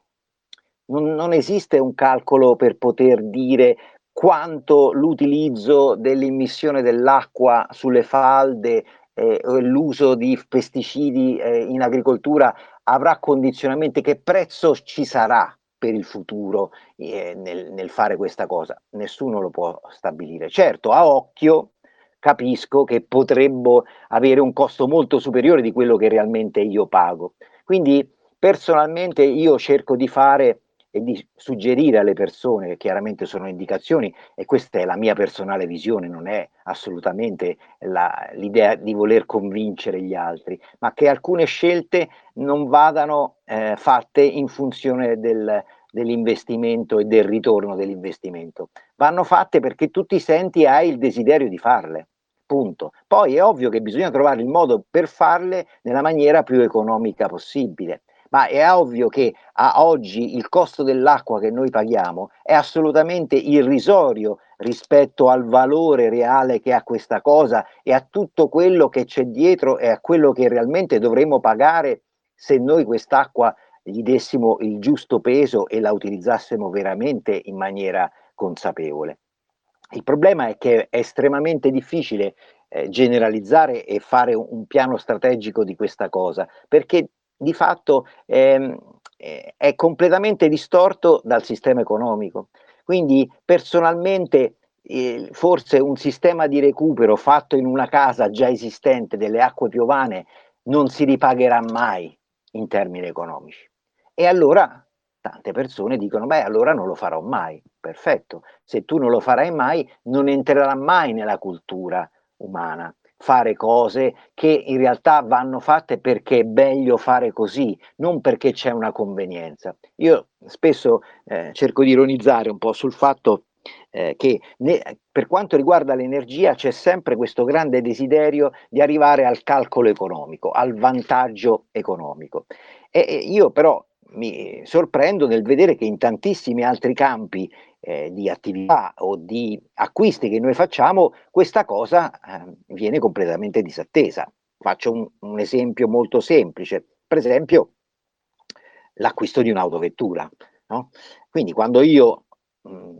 Non, non esiste un calcolo per poter dire quanto l'utilizzo dell'immissione dell'acqua sulle falde eh, o l'uso di pesticidi eh, in agricoltura avrà condizionamenti, che prezzo ci sarà per il futuro eh, nel, nel fare questa cosa. Nessuno lo può stabilire. Certo, a occhio capisco che potrebbe avere un costo molto superiore di quello che realmente io pago. Quindi personalmente io cerco di fare e di suggerire alle persone, che chiaramente sono indicazioni, e questa è la mia personale visione, non è assolutamente la, l'idea di voler convincere gli altri, ma che alcune scelte non vadano eh, fatte in funzione del, dell'investimento e del ritorno dell'investimento, vanno fatte perché tu ti senti e hai il desiderio di farle. Punto. Poi è ovvio che bisogna trovare il modo per farle nella maniera più economica possibile, ma è ovvio che a oggi il costo dell'acqua che noi paghiamo è assolutamente irrisorio rispetto al valore reale che ha questa cosa e a tutto quello che c'è dietro e a quello che realmente dovremmo pagare se noi quest'acqua gli dessimo il giusto peso e la utilizzassimo veramente in maniera consapevole. Il problema è che è estremamente difficile eh, generalizzare e fare un, un piano strategico di questa cosa, perché di fatto ehm, eh, è completamente distorto dal sistema economico. Quindi personalmente eh, forse un sistema di recupero fatto in una casa già esistente delle acque piovane non si ripagherà mai in termini economici. E allora tante persone dicono, beh, allora non lo farò mai. Perfetto, se tu non lo farai mai, non entrerà mai nella cultura umana fare cose che in realtà vanno fatte perché è meglio fare così, non perché c'è una convenienza. Io spesso eh, cerco di ironizzare un po' sul fatto eh, che ne, per quanto riguarda l'energia c'è sempre questo grande desiderio di arrivare al calcolo economico, al vantaggio economico. E, e io però mi sorprendo nel vedere che in tantissimi altri campi eh, di attività o di acquisti che noi facciamo, questa cosa eh, viene completamente disattesa. Faccio un, un esempio molto semplice, per esempio l'acquisto di un'autovettura. No? Quindi quando io mh,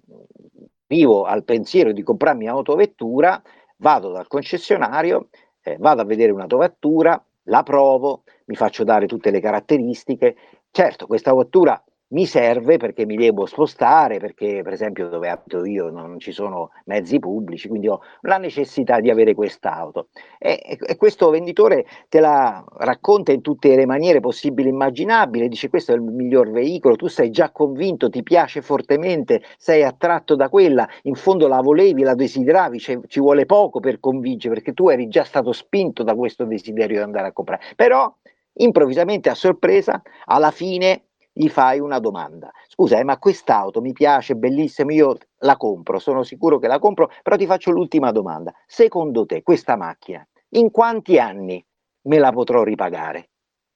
arrivo al pensiero di comprarmi un'autovettura, vado dal concessionario, eh, vado a vedere un'autovettura, la provo, mi faccio dare tutte le caratteristiche. Certo, questa vettura mi serve perché mi devo spostare, perché per esempio dove abito io non ci sono mezzi pubblici, quindi ho la necessità di avere quest'auto. E, e questo venditore te la racconta in tutte le maniere possibili e immaginabili, dice questo è il miglior veicolo, tu sei già convinto, ti piace fortemente, sei attratto da quella, in fondo la volevi, la desideravi, cioè, ci vuole poco per convincere, perché tu eri già stato spinto da questo desiderio di andare a comprare. Però improvvisamente a sorpresa, alla fine gli fai una domanda. Scusa, eh, ma quest'auto mi piace, bellissima, io la compro, sono sicuro che la compro, però ti faccio l'ultima domanda. Secondo te questa macchina in quanti anni me la potrò ripagare?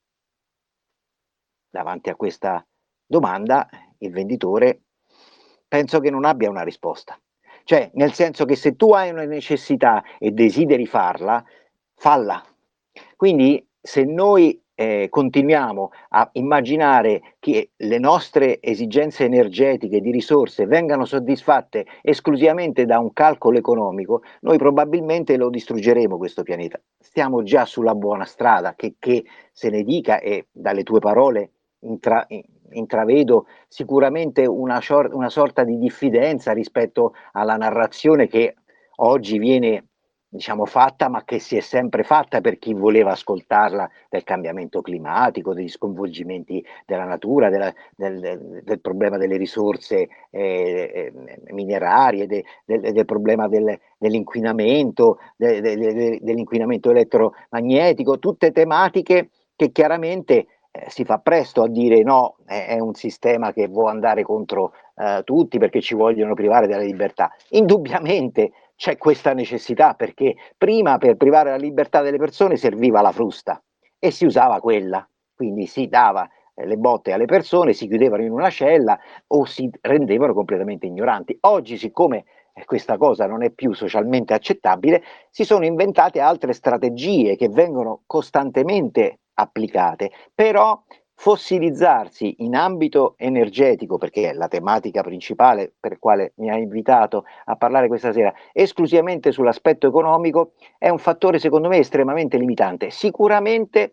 Davanti a questa domanda il venditore penso che non abbia una risposta. Cioè, nel senso che se tu hai una necessità e desideri farla, falla. Quindi se noi eh, continuiamo a immaginare che le nostre esigenze energetiche di risorse vengano soddisfatte esclusivamente da un calcolo economico, noi probabilmente lo distruggeremo questo pianeta. Stiamo già sulla buona strada, che, che se ne dica, e dalle tue parole intra, intravedo sicuramente una, una sorta di diffidenza rispetto alla narrazione che oggi viene diciamo fatta, ma che si è sempre fatta per chi voleva ascoltarla, del cambiamento climatico, degli sconvolgimenti della natura, della, del, del problema delle risorse eh, minerarie, de, del, del problema del, dell'inquinamento, de, de, de, dell'inquinamento elettromagnetico, tutte tematiche che chiaramente eh, si fa presto a dire no, è, è un sistema che vuole andare contro eh, tutti perché ci vogliono privare della libertà. Indubbiamente c'è questa necessità, perché prima per privare la libertà delle persone serviva la frusta e si usava quella, quindi si dava eh, le botte alle persone, si chiudevano in una cella o si rendevano completamente ignoranti. Oggi, siccome eh, questa cosa non è più socialmente accettabile, si sono inventate altre strategie che vengono costantemente applicate, però fossilizzarsi in ambito energetico, perché è la tematica principale per quale mi ha invitato a parlare questa sera, esclusivamente sull'aspetto economico, è un fattore secondo me estremamente limitante. Sicuramente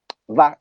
va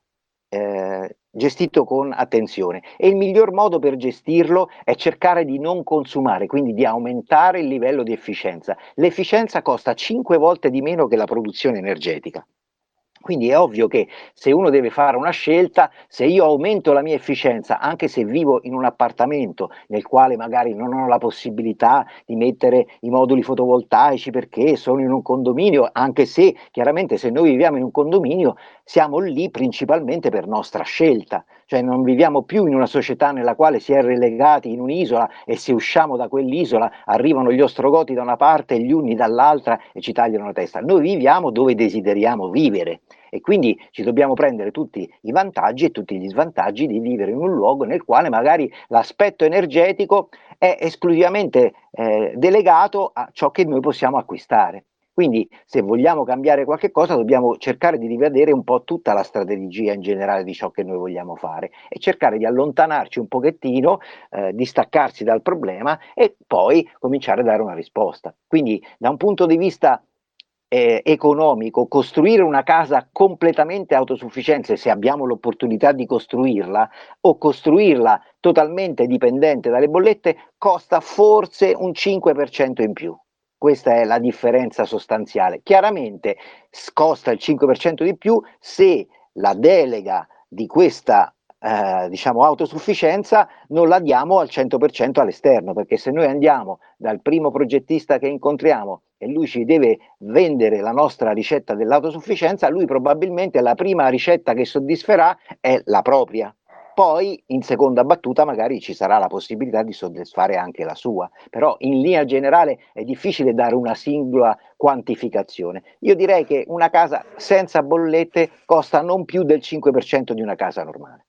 eh, gestito con attenzione e il miglior modo per gestirlo è cercare di non consumare, quindi di aumentare il livello di efficienza. L'efficienza costa cinque volte di meno che la produzione energetica. Quindi è ovvio che se uno deve fare una scelta, se io aumento la mia efficienza, anche se vivo in un appartamento nel quale magari non ho la possibilità di mettere i moduli fotovoltaici perché sono in un condominio, anche se chiaramente se noi viviamo in un condominio siamo lì principalmente per nostra scelta, cioè non viviamo più in una società nella quale si è relegati in un'isola e se usciamo da quell'isola arrivano gli ostrogoti da una parte e gli unni dall'altra e ci tagliano la testa. Noi viviamo dove desideriamo vivere e quindi ci dobbiamo prendere tutti i vantaggi e tutti gli svantaggi di vivere in un luogo nel quale magari l'aspetto energetico è esclusivamente eh, delegato a ciò che noi possiamo acquistare. Quindi se vogliamo cambiare qualche cosa dobbiamo cercare di rivedere un po' tutta la strategia in generale di ciò che noi vogliamo fare e cercare di allontanarci un pochettino, eh, distaccarsi dal problema e poi cominciare a dare una risposta. Quindi da un punto di vista eh, economico, costruire una casa completamente autosufficiente, se abbiamo l'opportunità di costruirla, o costruirla totalmente dipendente dalle bollette, costa forse un cinque per cento in più. Questa è la differenza sostanziale. Chiaramente costa il cinque per cento di più se la delega di questa eh, diciamo autosufficienza non la diamo al cento per cento all'esterno, perché se noi andiamo dal primo progettista che incontriamo e lui ci deve vendere la nostra ricetta dell'autosufficienza, lui probabilmente la prima ricetta che soddisferà è la propria. Poi in seconda battuta magari ci sarà la possibilità di soddisfare anche la sua, però in linea generale è difficile dare una singola quantificazione. Io direi che una casa senza bollette costa non più del cinque per cento di una casa normale.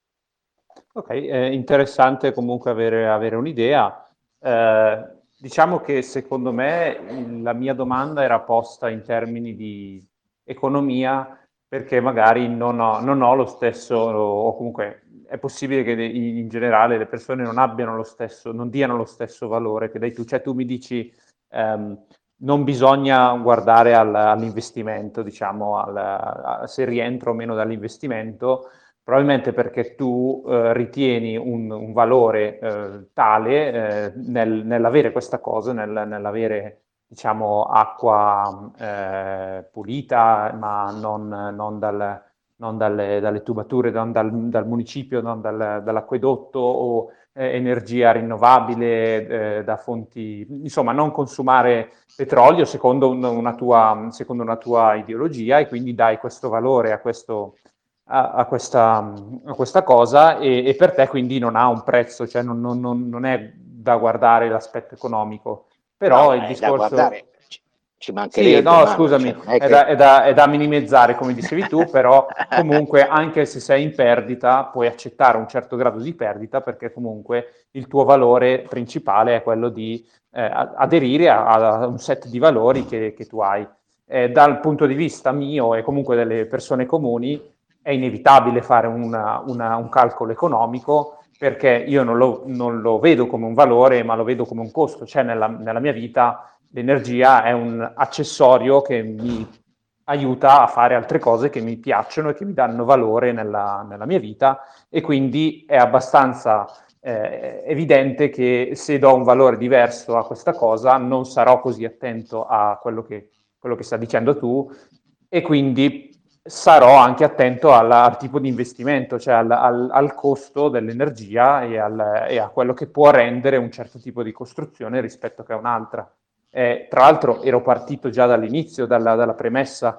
Ok, è interessante comunque avere, avere un'idea. Eh, diciamo che secondo me il- la mia domanda era posta in termini di economia perché magari non ho, non ho lo stesso, o comunque è possibile che de- in generale le persone non abbiano lo stesso, non diano lo stesso valore che dai tu. Cioè tu mi dici ehm, non bisogna guardare al- all'investimento, diciamo, al, a- se rientro o meno dall'investimento probabilmente perché tu eh, ritieni un, un valore eh, tale eh, nel, nell'avere questa cosa, nel, nell'avere diciamo acqua eh, pulita, ma non, non, dal, non dalle, dalle, tubature, non dal, dal municipio, non dal, dall'acquedotto o eh, energia rinnovabile eh, da fonti, insomma, non consumare petrolio secondo, un, una tua, secondo una tua ideologia e quindi dai questo valore a questo a, a, questa, a questa cosa e, e, per te quindi non ha un prezzo, cioè non, non, non è da guardare l'aspetto economico, No, però il ma è da discorso... guardare, ci, ci Sì, mancherebbe, no, Manuel, cioè scusami, non è è da, che... è da, è da minimizzare, come dicevi tu, però comunque anche se sei in perdita puoi accettare un certo grado di perdita perché comunque il tuo valore principale è quello di eh, aderire a, a, un set di valori che, che tu hai. Eh, dal punto di vista mio e comunque delle persone comuni è inevitabile fare una, una, un calcolo economico perché io non lo, non lo, vedo come un valore ma lo vedo come un costo, cioè nella, nella mia vita l'energia è un accessorio che mi aiuta a fare altre cose che mi piacciono e che mi danno valore nella, nella mia vita e quindi è abbastanza eh, evidente che se do un valore diverso a questa cosa non sarò così attento a quello che, quello che stai dicendo tu e quindi sarò anche attento alla, al tipo di investimento, cioè al, al, al costo dell'energia e, al, e a quello che può rendere un certo tipo di costruzione rispetto che a un'altra. Eh, tra l'altro ero partito già dall'inizio, dalla, dalla premessa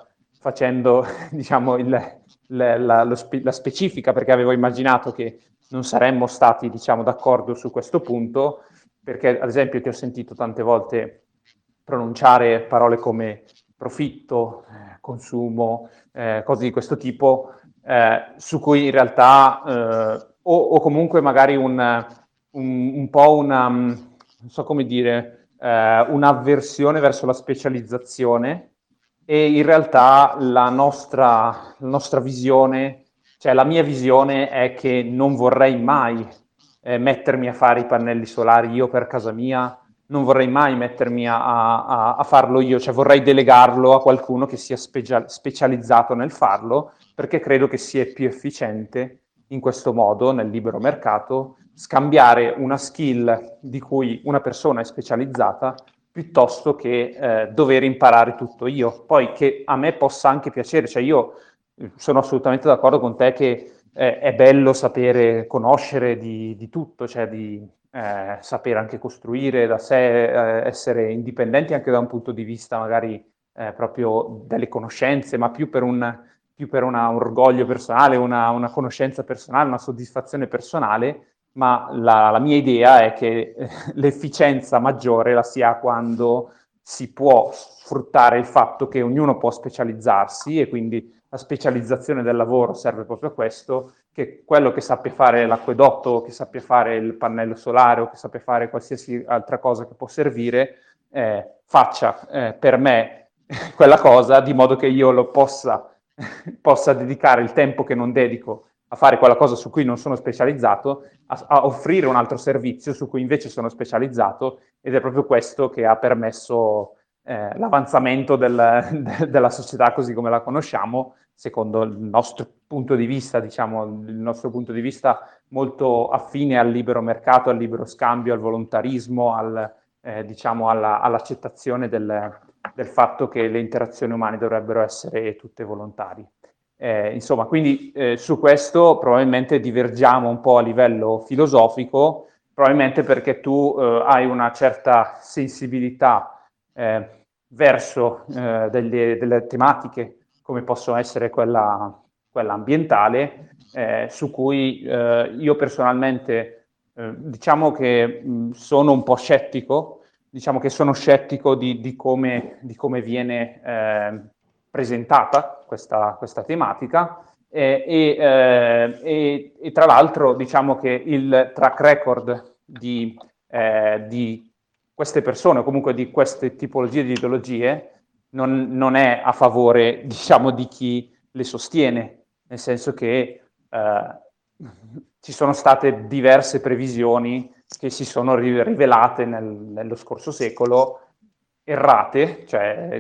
facendo diciamo il, la, la, lo spe, la specifica, perché avevo immaginato che non saremmo stati diciamo d'accordo su questo punto, perché ad esempio ti ho sentito tante volte pronunciare parole come profitto, eh, consumo, eh, cose di questo tipo, eh, su cui in realtà eh, o, o comunque magari un, un, un po' una, non so come dire, eh, un'avversione verso la specializzazione, e in realtà la nostra, la nostra visione, cioè la mia visione è che non vorrei mai eh, mettermi a fare i pannelli solari io per casa mia, non vorrei mai mettermi a, a, a farlo io, cioè vorrei delegarlo a qualcuno che sia specia- specializzato nel farlo, perché credo che sia più efficiente in questo modo, nel libero mercato, scambiare una skill di cui una persona è specializzata piuttosto che eh, dover imparare tutto io. Poi che a me possa anche piacere, cioè io sono assolutamente d'accordo con te che eh, è bello sapere, conoscere di, di tutto, cioè di eh, sapere anche costruire da sé, eh, essere indipendenti anche da un punto di vista magari eh, proprio delle conoscenze, ma più per un, più per una, un orgoglio personale, una, una conoscenza personale, una soddisfazione personale, ma la, la mia idea è che eh, l'efficienza maggiore la si ha quando si può sfruttare il fatto che ognuno può specializzarsi, e quindi la specializzazione del lavoro serve proprio a questo, che quello che sappia fare l'acquedotto, che sappia fare il pannello solare o che sappia fare qualsiasi altra cosa che può servire, eh, faccia eh, per me quella cosa, di modo che io lo possa, possa dedicare il tempo che non dedico a fare quella cosa su cui non sono specializzato, a, a offrire un altro servizio su cui invece sono specializzato, ed è proprio questo che ha permesso eh, l'avanzamento del, de, della società così come la conosciamo, secondo il nostro punto di vista, diciamo, il nostro punto di vista molto affine al libero mercato, al libero scambio, al volontarismo, al, eh, diciamo alla, all'accettazione del, del fatto che le interazioni umane dovrebbero essere tutte volontarie. Eh, insomma, quindi eh, su questo probabilmente divergiamo un po' a livello filosofico, probabilmente perché tu eh, hai una certa sensibilità eh, verso eh, delle, delle tematiche come possono essere quella, quella ambientale, eh, su cui eh, io personalmente eh, diciamo che mh, sono un po' scettico, diciamo che sono scettico di, di, come, di come viene eh, presentata questa, questa tematica, eh, e, eh, e, e tra l'altro diciamo che il track record di, eh, di queste persone, o comunque di queste tipologie di ideologie, non, non è a favore, diciamo, di chi le sostiene, nel senso che eh, ci sono state diverse previsioni che si sono rivelate nel, nello scorso secolo errate, cioè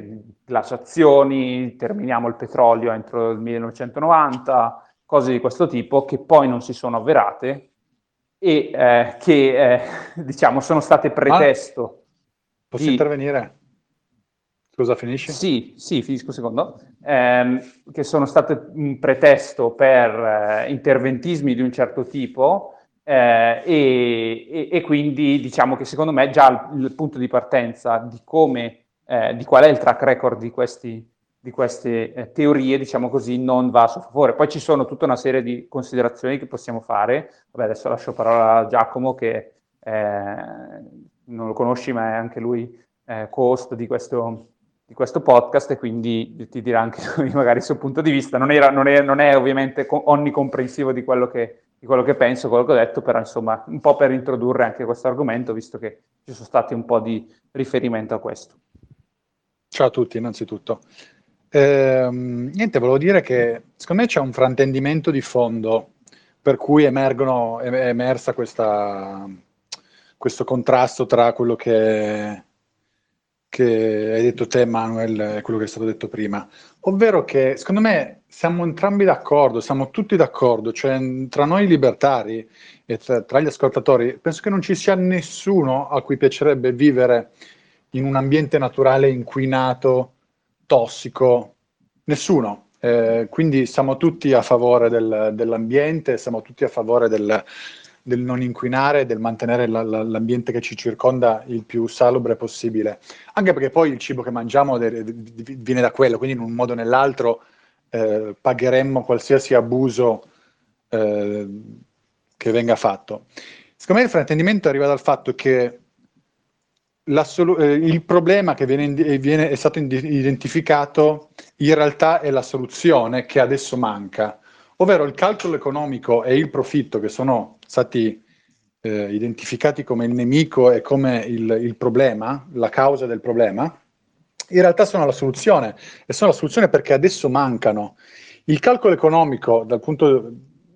glaciazioni, terminiamo il petrolio entro il millenovecentonovanta, cose di questo tipo che poi non si sono avverate e eh, che eh, diciamo sono state Ma pretesto posso di... intervenire? Scusa, finisci? Sì, sì, finisco un secondo. Ehm, che sono state un pretesto per eh, interventismi di un certo tipo, eh, e, e, e quindi diciamo che secondo me già il, il punto di partenza di come, eh, di qual è il track record di, questi, di queste eh, teorie, diciamo così, non va a suo favore. Poi ci sono tutta una serie di considerazioni che possiamo fare. Vabbè, adesso lascio parola a Giacomo che eh, non lo conosci, ma è anche lui eh, co-host di questo di questo podcast, e quindi ti dirà anche lui magari il suo punto di vista. Non, era, non, è, non è ovviamente onnicomprensivo di quello, che, di quello che penso, quello che ho detto, però insomma un po' per introdurre anche questo argomento, visto che ci sono stati un po' di riferimento a questo. Ciao a tutti, innanzitutto. Ehm, niente, volevo dire che secondo me c'è un fraintendimento di fondo per cui emergono, è è emersa questa, questo contrasto tra quello che, che hai detto te, Manuel, e quello che è stato detto prima. Ovvero che secondo me siamo entrambi d'accordo, siamo tutti d'accordo, cioè tra noi libertari e tra, tra gli ascoltatori, penso che non ci sia nessuno a cui piacerebbe vivere in un ambiente naturale inquinato, tossico, nessuno. Eh, quindi siamo tutti a favore del, dell'ambiente, siamo tutti a favore del, del non inquinare, del mantenere la, la, l'ambiente che ci circonda il più salubre possibile. Anche perché poi il cibo che mangiamo de, de, de, viene da quello, quindi in un modo o nell'altro eh, pagheremmo qualsiasi abuso eh, che venga fatto. Secondo me il fraintendimento arriva dal fatto che eh, il problema che viene, viene, è stato identificato in realtà è la soluzione che adesso manca, ovvero il calcolo economico e il profitto, che sono stati eh, identificati come il nemico e come il, il problema, la causa del problema, in realtà sono la soluzione, e sono la soluzione perché adesso mancano. Il calcolo economico dal punto,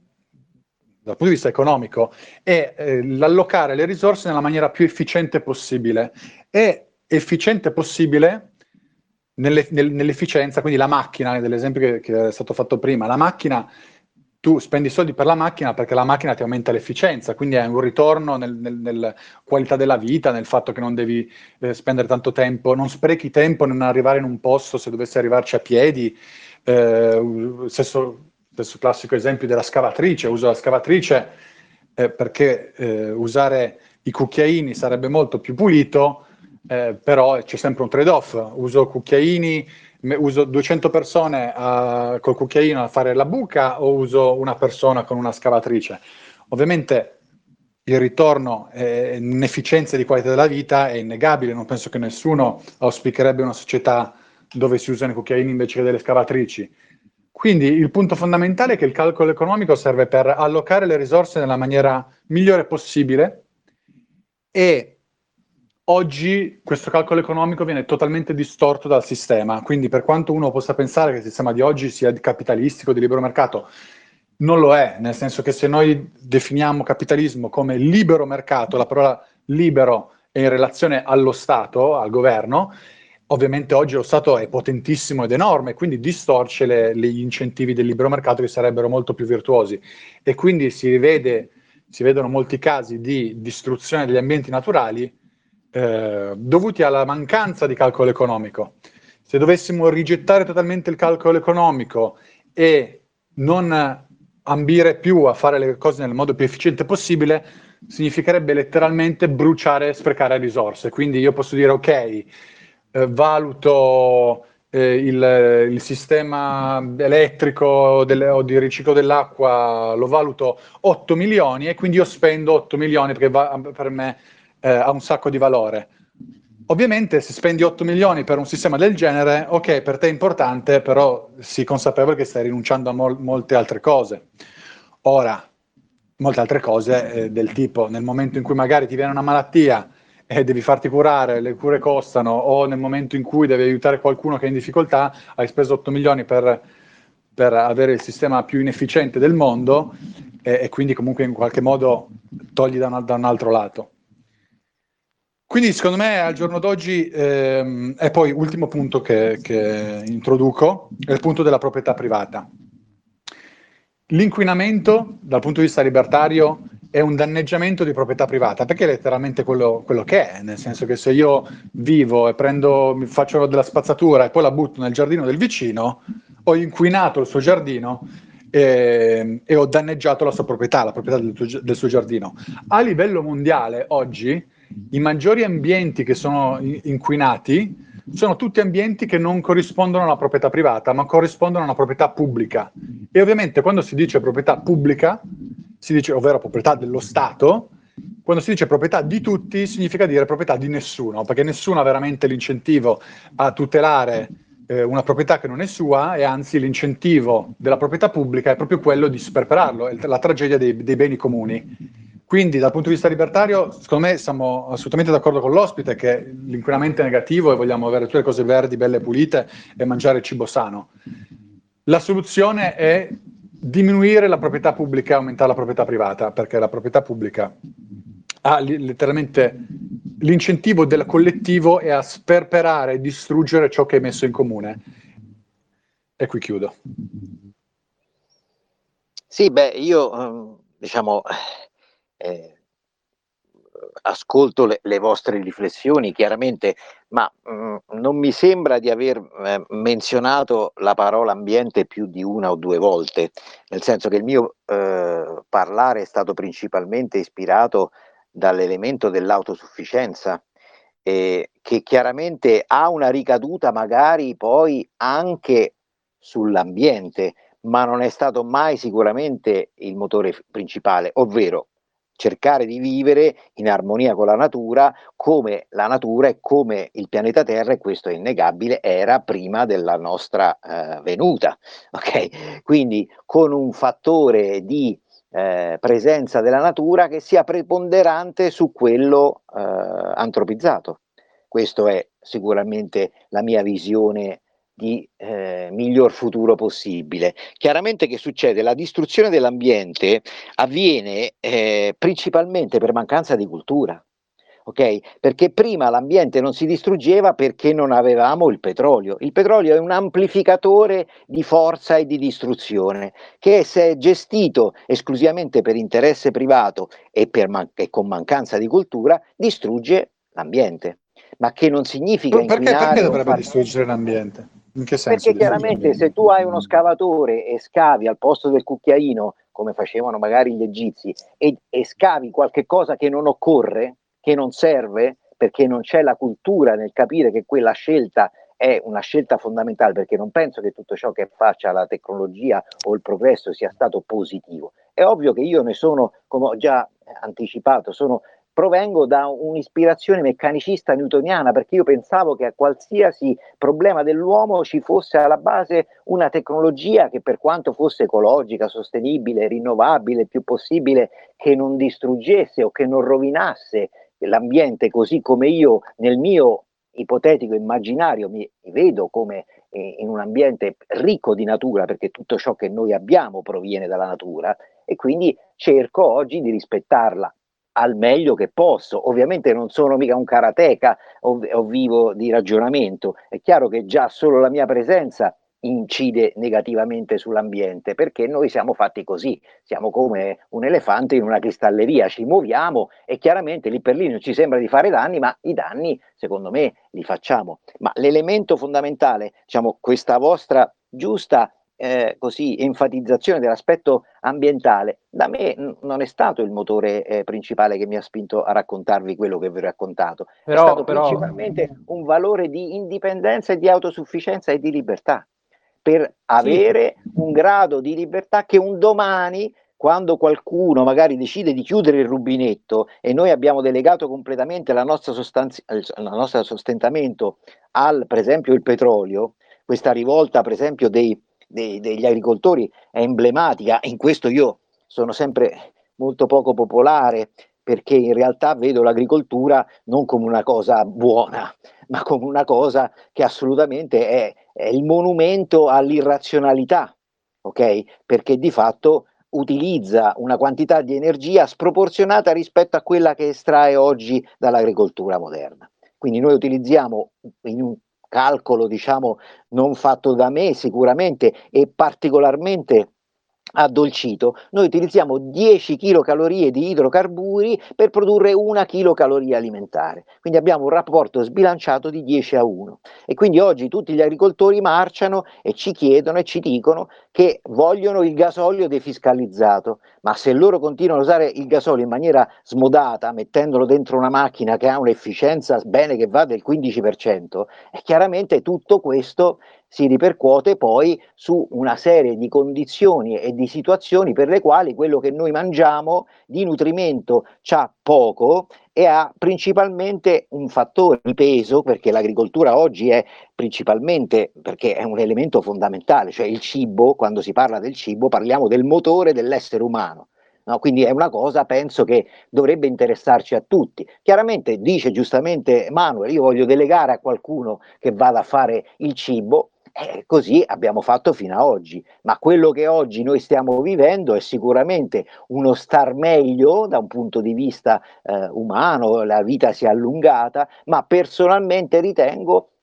dal punto di vista economico è eh, l'allocare le risorse nella maniera più efficiente possibile. È efficiente possibile nelle, nel, nell'efficienza, quindi la macchina, dell'esempio che, che è stato fatto prima, la macchina, tu spendi soldi per la macchina perché la macchina ti aumenta l'efficienza, quindi hai un ritorno nel, nel, nel qualità della vita, nel fatto che non devi eh, spendere tanto tempo, non sprechi tempo nell'arrivare in un posto se dovessi arrivarci a piedi. Eh, stesso, stesso classico esempio della scavatrice, uso la scavatrice eh, perché eh, usare i cucchiaini sarebbe molto più pulito, eh, però c'è sempre un trade-off. Uso cucchiaini, uso duecento persone a, col cucchiaino a fare la buca o uso una persona con una scavatrice? Ovviamente il ritorno eh, in efficienza di qualità della vita è innegabile, non penso che nessuno auspicherebbe una società dove si usano i cucchiaini invece che delle scavatrici. Quindi il punto fondamentale è che il calcolo economico serve per allocare le risorse nella maniera migliore possibile, e oggi questo calcolo economico viene totalmente distorto dal sistema, quindi per quanto uno possa pensare che il sistema di oggi sia capitalistico, di libero mercato, non lo è, nel senso che se noi definiamo capitalismo come libero mercato, la parola libero è in relazione allo Stato, al governo, ovviamente oggi lo Stato è potentissimo ed enorme, quindi distorce le, gli incentivi del libero mercato che sarebbero molto più virtuosi, e quindi si vede, si vedono molti casi di distruzione degli ambienti naturali eh, dovuti alla mancanza di calcolo economico. Se dovessimo rigettare totalmente il calcolo economico e non ambire più a fare le cose nel modo più efficiente possibile, significherebbe letteralmente bruciare e sprecare risorse. Quindi io posso dire ok, eh, valuto eh, il, il sistema elettrico del, o di riciclo dell'acqua, lo valuto otto milioni, e quindi io spendo otto milioni perché va, per me eh, ha un sacco di valore. Ovviamente se spendi otto milioni per un sistema del genere, ok, per te è importante, però sii consapevole che stai rinunciando a mol- molte altre cose. Ora, molte altre cose eh, del tipo, nel momento in cui magari ti viene una malattia e devi farti curare, le cure costano, o nel momento in cui devi aiutare qualcuno che è in difficoltà, hai speso otto milioni per, per avere il sistema più inefficiente del mondo, e, e quindi comunque in qualche modo togli da un, da un altro lato. Quindi secondo me al giorno d'oggi, ehm, e poi ultimo punto che, che introduco, è il punto della proprietà privata. L'inquinamento dal punto di vista libertario è un danneggiamento di proprietà privata, perché è letteralmente quello, quello che è, nel senso che se io vivo e prendo, mi faccio della spazzatura e poi la butto nel giardino del vicino, ho inquinato il suo giardino e, e ho danneggiato la sua proprietà, la proprietà del, tuo, del suo giardino. A livello mondiale oggi i maggiori ambienti che sono inquinati sono tutti ambienti che non corrispondono alla proprietà privata, ma corrispondono a una proprietà pubblica. E ovviamente quando si dice proprietà pubblica, si dice, ovvero proprietà dello Stato, quando si dice proprietà di tutti significa dire proprietà di nessuno, perché nessuno ha veramente l'incentivo a tutelare eh, una proprietà che non è sua, e anzi l'incentivo della proprietà pubblica è proprio quello di sperperarlo, è la tragedia dei, dei beni comuni. Quindi dal punto di vista libertario, secondo me siamo assolutamente d'accordo con l'ospite che l'inquinamento è negativo e vogliamo avere tutte le cose verdi, belle e pulite e mangiare cibo sano. La soluzione è diminuire la proprietà pubblica e aumentare la proprietà privata, perché la proprietà pubblica ha letteralmente l'incentivo del collettivo è a sperperare e distruggere ciò che è messo in comune. E qui chiudo. Sì, beh, io diciamo... Eh, ascolto le, le vostre riflessioni chiaramente, ma mh, non mi sembra di aver eh, menzionato la parola ambiente più di una o due volte, nel senso che il mio eh, parlare è stato principalmente ispirato dall'elemento dell'autosufficienza, eh, che chiaramente ha una ricaduta magari poi anche sull'ambiente, ma non è stato mai sicuramente il motore principale, ovvero cercare di vivere in armonia con la natura, come la natura e come il pianeta Terra, e questo è innegabile, era prima della nostra eh, venuta. Okay? Quindi con un fattore di eh, presenza della natura che sia preponderante su quello eh, antropizzato. Questo è sicuramente la mia visione di eh, miglior futuro possibile. Chiaramente che succede? La distruzione dell'ambiente avviene eh, principalmente per mancanza di cultura. Okay? Perché prima l'ambiente non si distruggeva perché non avevamo il petrolio. Il petrolio è un amplificatore di forza e di distruzione che, se è gestito esclusivamente per interesse privato e, per man- e con mancanza di cultura, distrugge l'ambiente. Ma che non significa Perché, perché inquinare o dovrebbe far... distruggere l'ambiente? In che senso Perché distrugge chiaramente se l'ambiente? tu hai uno scavatore e scavi al posto del cucchiaino, come facevano magari gli egizi, e, e scavi qualche cosa che non occorre, che non serve, perché non c'è la cultura nel capire che quella scelta è una scelta fondamentale, perché non penso che tutto ciò che faccia la tecnologia o il progresso sia stato positivo. È ovvio che io ne sono, come ho già anticipato, sono provengo da un'ispirazione meccanicista newtoniana, perché io pensavo che a qualsiasi problema dell'uomo ci fosse alla base una tecnologia che, per quanto fosse ecologica, sostenibile, rinnovabile, il più possibile, che non distruggesse o che non rovinasse l'ambiente, così come io nel mio ipotetico immaginario mi vedo come eh, in un ambiente ricco di natura, perché tutto ciò che noi abbiamo proviene dalla natura, e quindi cerco oggi di rispettarla al meglio che posso. Ovviamente non sono mica un karateka o, o vivo di ragionamento, è chiaro che già solo la mia presenza incide negativamente sull'ambiente, perché noi siamo fatti così, siamo come un elefante in una cristalleria, ci muoviamo e chiaramente lì per lì non ci sembra di fare danni, ma i danni secondo me li facciamo. Ma l'elemento fondamentale, diciamo, questa vostra giusta eh, così enfatizzazione dell'aspetto ambientale, da me n- non è stato il motore eh, principale che mi ha spinto a raccontarvi quello che vi ho raccontato, è Però, stato però principalmente un valore di indipendenza e di autosufficienza e di libertà, per sì, avere un grado di libertà che un domani, quando qualcuno magari decide di chiudere il rubinetto e noi abbiamo delegato completamente la nostra sostanzi- il nostro sostentamento al, per esempio, il petrolio, questa rivolta per esempio dei dei, degli agricoltori è emblematica. In questo io sono sempre molto poco popolare, perché in realtà vedo l'agricoltura non come una cosa buona, ma come una cosa che assolutamente è, è il monumento all'irrazionalità, ok? Perché di fatto utilizza una quantità di energia sproporzionata rispetto a quella che estrae oggi dall'agricoltura moderna. Quindi noi utilizziamo in un calcolo, diciamo, non fatto da me sicuramente e particolarmente addolcito, noi utilizziamo dieci chilocalorie di idrocarburi per produrre una chilocaloria alimentare, quindi abbiamo un rapporto sbilanciato di dieci a uno, e quindi oggi tutti gli agricoltori marciano e ci chiedono e ci dicono che vogliono il gasolio defiscalizzato, ma se loro continuano a usare il gasolio in maniera smodata, mettendolo dentro una macchina che ha un'efficienza bene che va del quindici per cento, e chiaramente tutto questo si ripercuote poi su una serie di condizioni e di situazioni per le quali quello che noi mangiamo di nutrimento c'ha poco e ha principalmente un fattore di peso, perché l'agricoltura oggi è principalmente, perché è un elemento fondamentale, cioè il cibo, quando si parla del cibo parliamo del motore dell'essere umano. No, quindi è una cosa, penso, che dovrebbe interessarci a tutti. Chiaramente dice giustamente Manuel, io voglio delegare a qualcuno che vada a fare il cibo, e così abbiamo fatto fino ad oggi, ma quello che oggi noi stiamo vivendo è sicuramente uno star meglio da un punto di vista eh, umano, la vita si è allungata, ma personalmente ritengo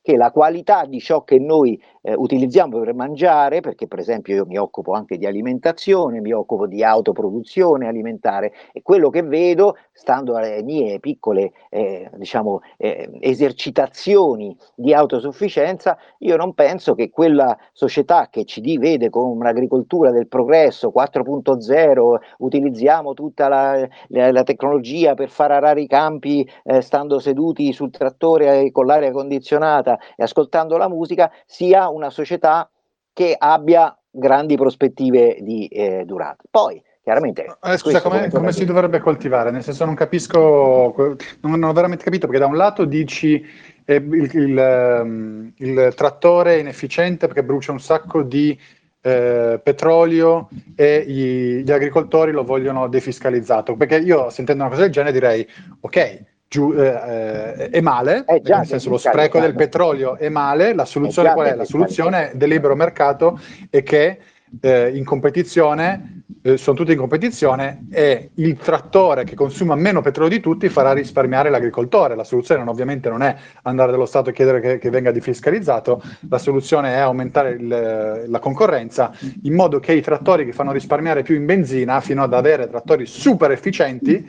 che la qualità di ciò che noi eh, utilizziamo per mangiare, perché per esempio io mi occupo anche di alimentazione, mi occupo di autoproduzione alimentare, e quello che vedo, stando alle mie piccole eh, diciamo, eh, esercitazioni di autosufficienza, io non penso che quella società che ci vede come un'agricoltura del progresso quattro punto zero, utilizziamo tutta la, la, la tecnologia per far arare i campi eh, stando seduti sul trattore eh, con l'aria condizionata e ascoltando la musica, sia una società che abbia grandi prospettive di eh, durata. Poi, chiaramente... Eh, scusa, come, come, come si dovrebbe coltivare? Nel senso non capisco, non, non ho veramente capito, perché da un lato dici eh, il, il, ehm, il trattore è inefficiente perché brucia un sacco di eh, petrolio e gli, gli agricoltori lo vogliono defiscalizzato, perché io sentendo una cosa del genere direi, ok, giù, eh, è male, è già nel senso lo spreco del petrolio è male, la soluzione qual è? La soluzione del libero mercato è che eh, in competizione, eh, sono tutti in competizione e il trattore che consuma meno petrolio di tutti farà risparmiare l'agricoltore. La soluzione non, ovviamente non è andare dallo Stato e chiedere che, che venga defiscalizzato, la soluzione è aumentare il, la concorrenza in modo che i trattori che fanno risparmiare più in benzina fino ad avere trattori super efficienti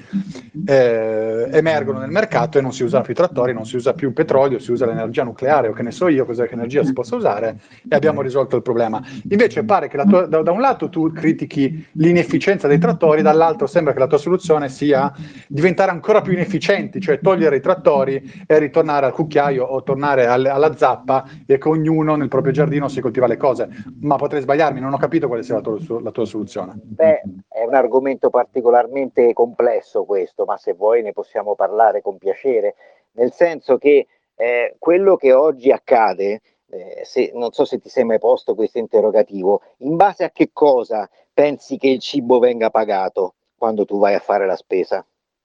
eh, emergono nel mercato e non si usano più i trattori, non si usa più il petrolio, si usa l'energia nucleare o che ne so io cos'è che energia si possa usare e abbiamo risolto il problema. Invece pare che la tua, da, da un lato tu critichi l'inefficienza dei trattori, dall'altro sembra che la tua soluzione sia diventare ancora più inefficienti, cioè togliere i trattori e ritornare al cucchiaio o tornare al, alla zappa e che ognuno nel proprio giardino si coltiva le cose. Ma potrei sbagliarmi, non ho capito quale sia la tua, la tua soluzione. Beh, è un argomento particolarmente complesso questo, ma se vuoi ne possiamo parlare con piacere, nel senso che eh, quello che oggi accade, eh, se, non so se ti sei mai posto questo interrogativo, in base a che cosa pensi che il cibo venga pagato quando tu vai a fare la spesa,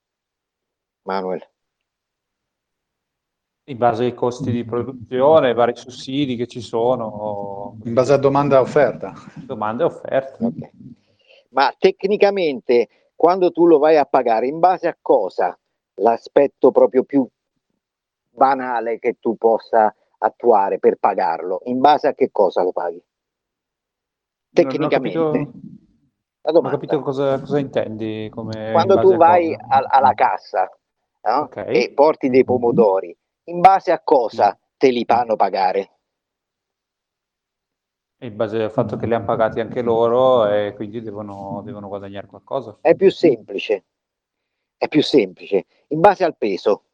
Manuel? In base ai costi di produzione, ai vari sussidi che ci sono. In base a domanda e offerta. Domanda e offerta. Okay. Ma tecnicamente, quando tu lo vai a pagare, in base a cosa? L'aspetto proprio più banale che tu possa attuare per pagarlo, in base a che cosa lo paghi? Tecnicamente. Non ho capito, la non ho domanda. capito cosa, cosa intendi come Quando in base tu a vai cosa. a, alla cassa, no? Ok. E porti dei pomodori, in base a cosa te li fanno pagare? In base al fatto che li hanno pagati anche loro e quindi devono, devono guadagnare qualcosa. È più semplice, è più semplice, in base al peso.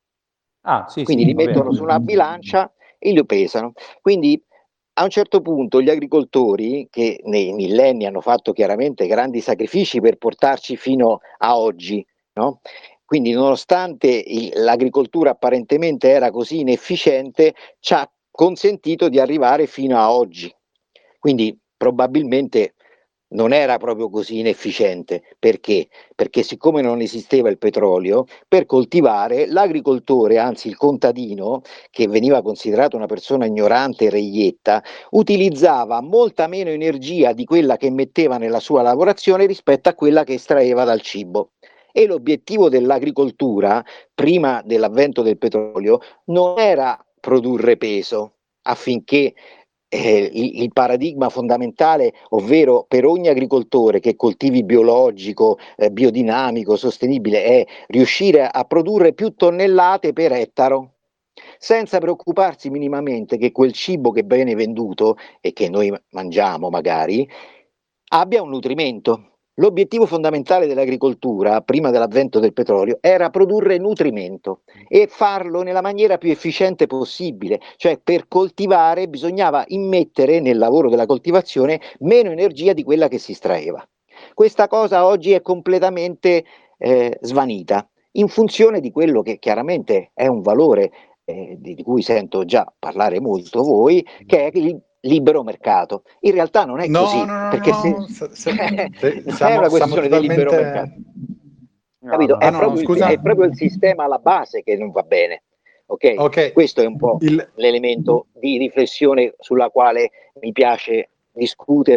Ah, sì, Quindi sì, li va mettono bene. su una bilancia e li pesano. Quindi a un certo punto gli agricoltori, che nei millenni hanno fatto chiaramente grandi sacrifici per portarci fino a oggi, no? Quindi nonostante il, l'agricoltura apparentemente era così inefficiente, ci ha consentito di arrivare fino a oggi. Quindi probabilmente non era proprio così inefficiente. Perché? Perché siccome non esisteva il petrolio, per coltivare l'agricoltore, anzi il contadino, che veniva considerato una persona ignorante e reietta, utilizzava molta meno energia di quella che metteva nella sua lavorazione rispetto a quella che estraeva dal cibo. E l'obiettivo dell'agricoltura, prima dell'avvento del petrolio, non era produrre peso affinché eh, il, il paradigma fondamentale, ovvero per ogni agricoltore che coltivi biologico, eh, biodinamico, sostenibile, è riuscire a produrre più tonnellate per ettaro, senza preoccuparsi minimamente che quel cibo che viene venduto e che noi mangiamo magari abbia un nutrimento. L'obiettivo fondamentale dell'agricoltura, prima dell'avvento del petrolio, era produrre nutrimento e farlo nella maniera più efficiente possibile, cioè per coltivare bisognava immettere nel lavoro della coltivazione meno energia di quella che si estraeva. Questa cosa oggi è completamente eh, svanita, in funzione di quello che chiaramente è un valore eh, di, di cui sento già parlare molto voi, che è il libero mercato. In realtà non è No, così, no, no, perché no, se, no. Se, se, se, non è siamo, una siamo questione di libero mercato, totalmente... No, capito? no, È, Ah, no. no, no, proprio il, è scusa. proprio il sistema alla base che non va bene, ok? Ok, Questo è un po' il, l'elemento di riflessione sulla quale mi piace discutere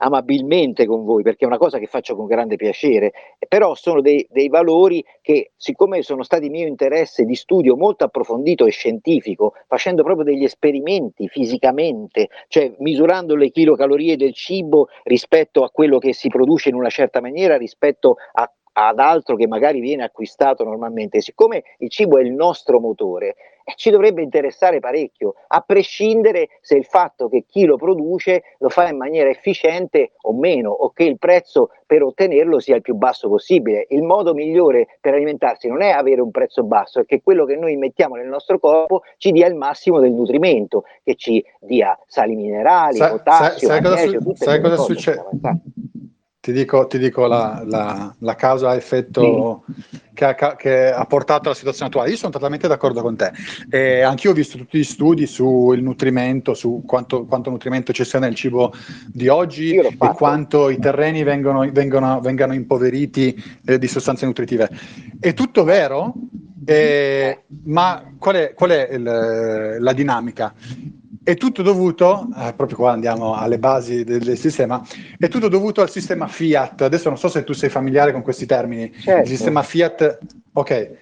amabilmente con voi, perché è una cosa che faccio con grande piacere, però sono dei, dei valori che, siccome sono stati mio interesse di studio molto approfondito e scientifico, facendo proprio degli esperimenti fisicamente, cioè misurando le chilocalorie del cibo rispetto a quello che si produce in una certa maniera, rispetto a ad altro che magari viene acquistato normalmente, siccome il cibo è il nostro motore, eh, ci dovrebbe interessare parecchio, a prescindere se il fatto che chi lo produce lo fa in maniera efficiente o meno, o che il prezzo per ottenerlo sia il più basso possibile. Il modo migliore per alimentarsi non è avere un prezzo basso, è che quello che noi mettiamo nel nostro corpo ci dia il massimo del nutrimento, che ci dia sali minerali, Sai, potassio, sai, sai cosa, magnesio, su- tutte sai quelle cosa cose succede? fondamentali. Ti dico, ti dico la, la, la causa effetto che ha, che ha portato alla situazione attuale. Io sono totalmente d'accordo con te. E anch'io ho visto tutti gli studi sul nutrimento, su quanto, quanto nutrimento ci sia nel cibo di oggi Io l'ho e fatto. quanto i terreni vengono, vengono, vengano impoveriti eh, di sostanze nutritive. È tutto vero, eh, ma qual è, qual è il, la dinamica? È tutto dovuto, eh, proprio qua andiamo alle basi del, del sistema, è tutto dovuto al sistema Fiat. Adesso non so se tu sei familiare con questi termini. Certo. Il sistema Fiat, ok. Certo.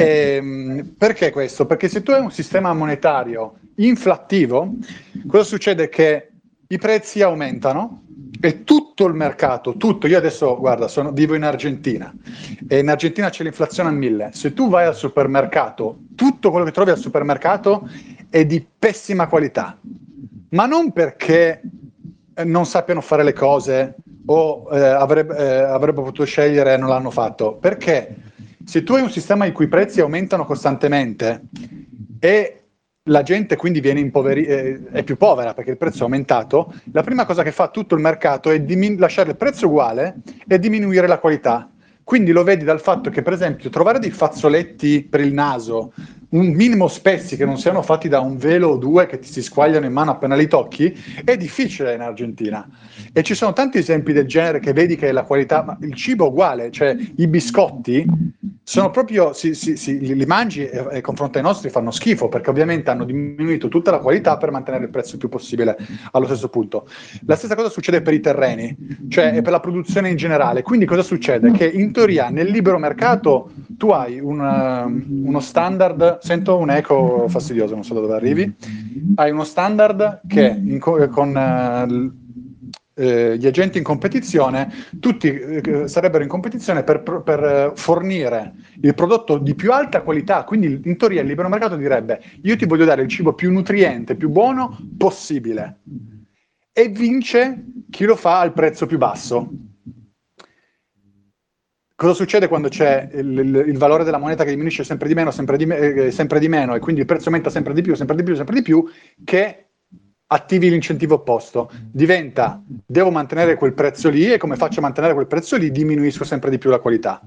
Ehm, perché questo? Perché se tu hai un sistema monetario inflattivo, cosa succede? Che i prezzi aumentano e tutto il mercato, tutto, io adesso guarda, sono, vivo in Argentina e in Argentina c'è l'inflazione a mille. Se tu vai al supermercato, tutto quello che trovi al supermercato è di pessima qualità, ma non perché non sappiano fare le cose o eh, avrebbe, eh, avrebbero potuto scegliere e non l'hanno fatto, perché se tu hai un sistema in cui i prezzi aumentano costantemente e la gente quindi viene impoveri- eh, è più povera perché il prezzo è aumentato, la prima cosa che fa tutto il mercato è dimin- lasciare il prezzo uguale e diminuire la qualità. Quindi lo vedi dal fatto che, per esempio, trovare dei fazzoletti per il naso, un minimo spessi che non siano fatti da un velo o due che ti si squagliano in mano appena li tocchi, è difficile in Argentina. E ci sono tanti esempi del genere che vedi che la qualità, ma il cibo è uguale, cioè i biscotti sono proprio, si, si, si, li mangi e, e confronto ai nostri fanno schifo, perché ovviamente hanno diminuito tutta la qualità per mantenere il prezzo il più possibile allo stesso punto. La stessa cosa succede per i terreni, cioè e per la produzione in generale. Quindi cosa succede? Che in teoria nel libero mercato tu hai un, uh, uno standard, sento un eco fastidioso, non so da dove arrivi, hai uno standard che in, con uh, eh, gli agenti in competizione, tutti eh, sarebbero in competizione per, per fornire il prodotto di più alta qualità, quindi in teoria il libero mercato direbbe io ti voglio dare il cibo più nutriente, più buono possibile, e vince chi lo fa al prezzo più basso. Cosa succede quando c'è il, il, il valore della moneta che diminuisce sempre di meno, sempre di, eh, sempre di meno, e quindi il prezzo aumenta sempre di più, sempre di più, sempre di più, che attivi l'incentivo opposto. Diventa, devo mantenere quel prezzo lì, e come faccio a mantenere quel prezzo lì? Diminuisco sempre di più la qualità.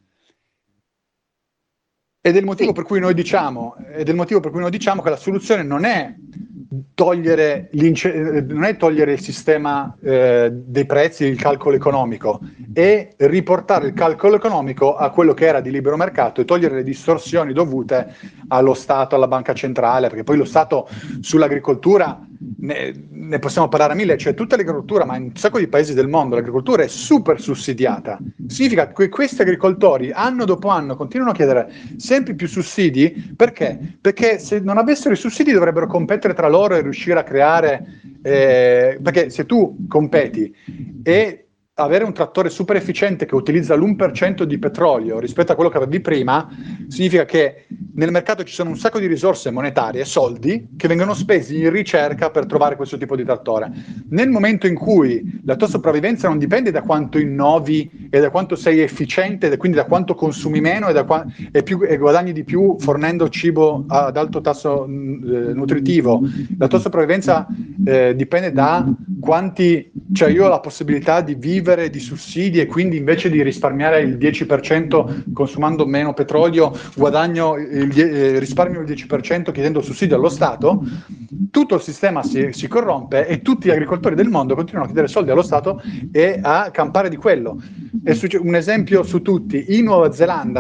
Ed è il motivo per cui noi diciamo, ed è il motivo per cui noi diciamo che la soluzione non è togliere, non è togliere il sistema eh, dei prezzi, il calcolo economico, è riportare il calcolo economico a quello che era di libero mercato e togliere le distorsioni dovute allo Stato, alla banca centrale, perché poi lo Stato sull'agricoltura ne, ne possiamo parlare a mille, cioè tutta l'agricoltura, ma in un sacco di paesi del mondo l'agricoltura è super sussidiata. Significa che questi agricoltori anno dopo anno continuano a chiedere sempre più sussidi, perché? Perché se non avessero i sussidi dovrebbero competere tra loro e riuscire a creare, eh, perché se tu competi e avere un trattore super efficiente che utilizza l'uno per cento di petrolio rispetto a quello che avevi prima, significa che nel mercato ci sono un sacco di risorse monetarie, soldi, che vengono spesi in ricerca per trovare questo tipo di trattore. Nel momento in cui la tua sopravvivenza non dipende da quanto innovi e da quanto sei efficiente, e quindi da quanto consumi meno e, da qua- e, più, e guadagni di più fornendo cibo ad alto tasso eh, nutritivo, la tua sopravvivenza eh, dipende da quanti, cioè io ho la possibilità di vivere di sussidi e quindi invece di risparmiare il dieci per cento consumando meno petrolio, guadagno il, eh, risparmio il dieci per cento chiedendo sussidio allo Stato, tutto il sistema si, si corrompe e tutti gli agricoltori del mondo continuano a chiedere soldi allo Stato e a campare di quello. È un esempio su tutti, in Nuova Zelanda,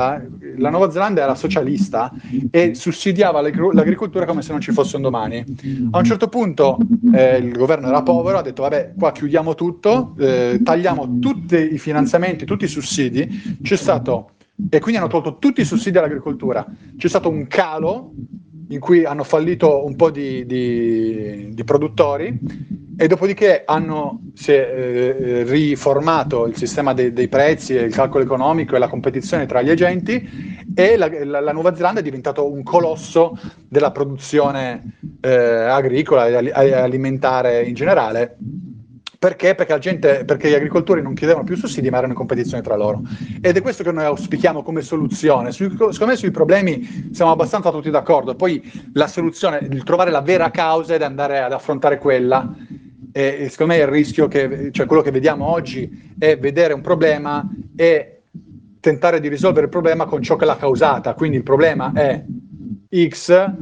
la Nuova Zelanda era socialista e sussidiava l'agricoltura come se non ci fosse un domani. A un certo punto eh, il governo era povero, ha detto vabbè, qua chiudiamo tutto, eh, tagliamo tutti i finanziamenti, tutti i sussidi, c'è stato, e quindi hanno tolto tutti i sussidi all'agricoltura, c'è stato un calo in cui hanno fallito un po' di, di, di produttori, e dopodiché hanno si è, eh, riformato il sistema dei, dei prezzi e il calcolo economico e la competizione tra gli agenti, e la, la, la Nuova Zelanda è diventato un colosso della produzione eh, agricola e alimentare in generale. Perché? Perché, la gente, perché gli agricoltori non chiedevano più sussidi, ma erano in competizione tra loro. Ed è questo che noi auspichiamo come soluzione. Su, secondo me sui problemi siamo abbastanza tutti d'accordo. Poi la soluzione, il trovare la vera causa ed andare ad affrontare quella. E secondo me il rischio, che, cioè quello che vediamo oggi, è vedere un problema e tentare di risolvere il problema con ciò che l'ha causata. Quindi il problema è X,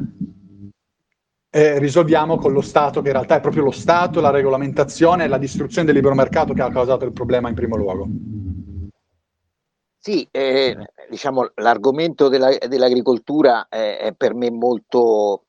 e risolviamo con lo Stato, che in realtà è proprio lo Stato, la regolamentazione e la distruzione del libero mercato che ha causato il problema in primo luogo. Sì, eh, diciamo l'argomento della, dell'agricoltura è, è per me molto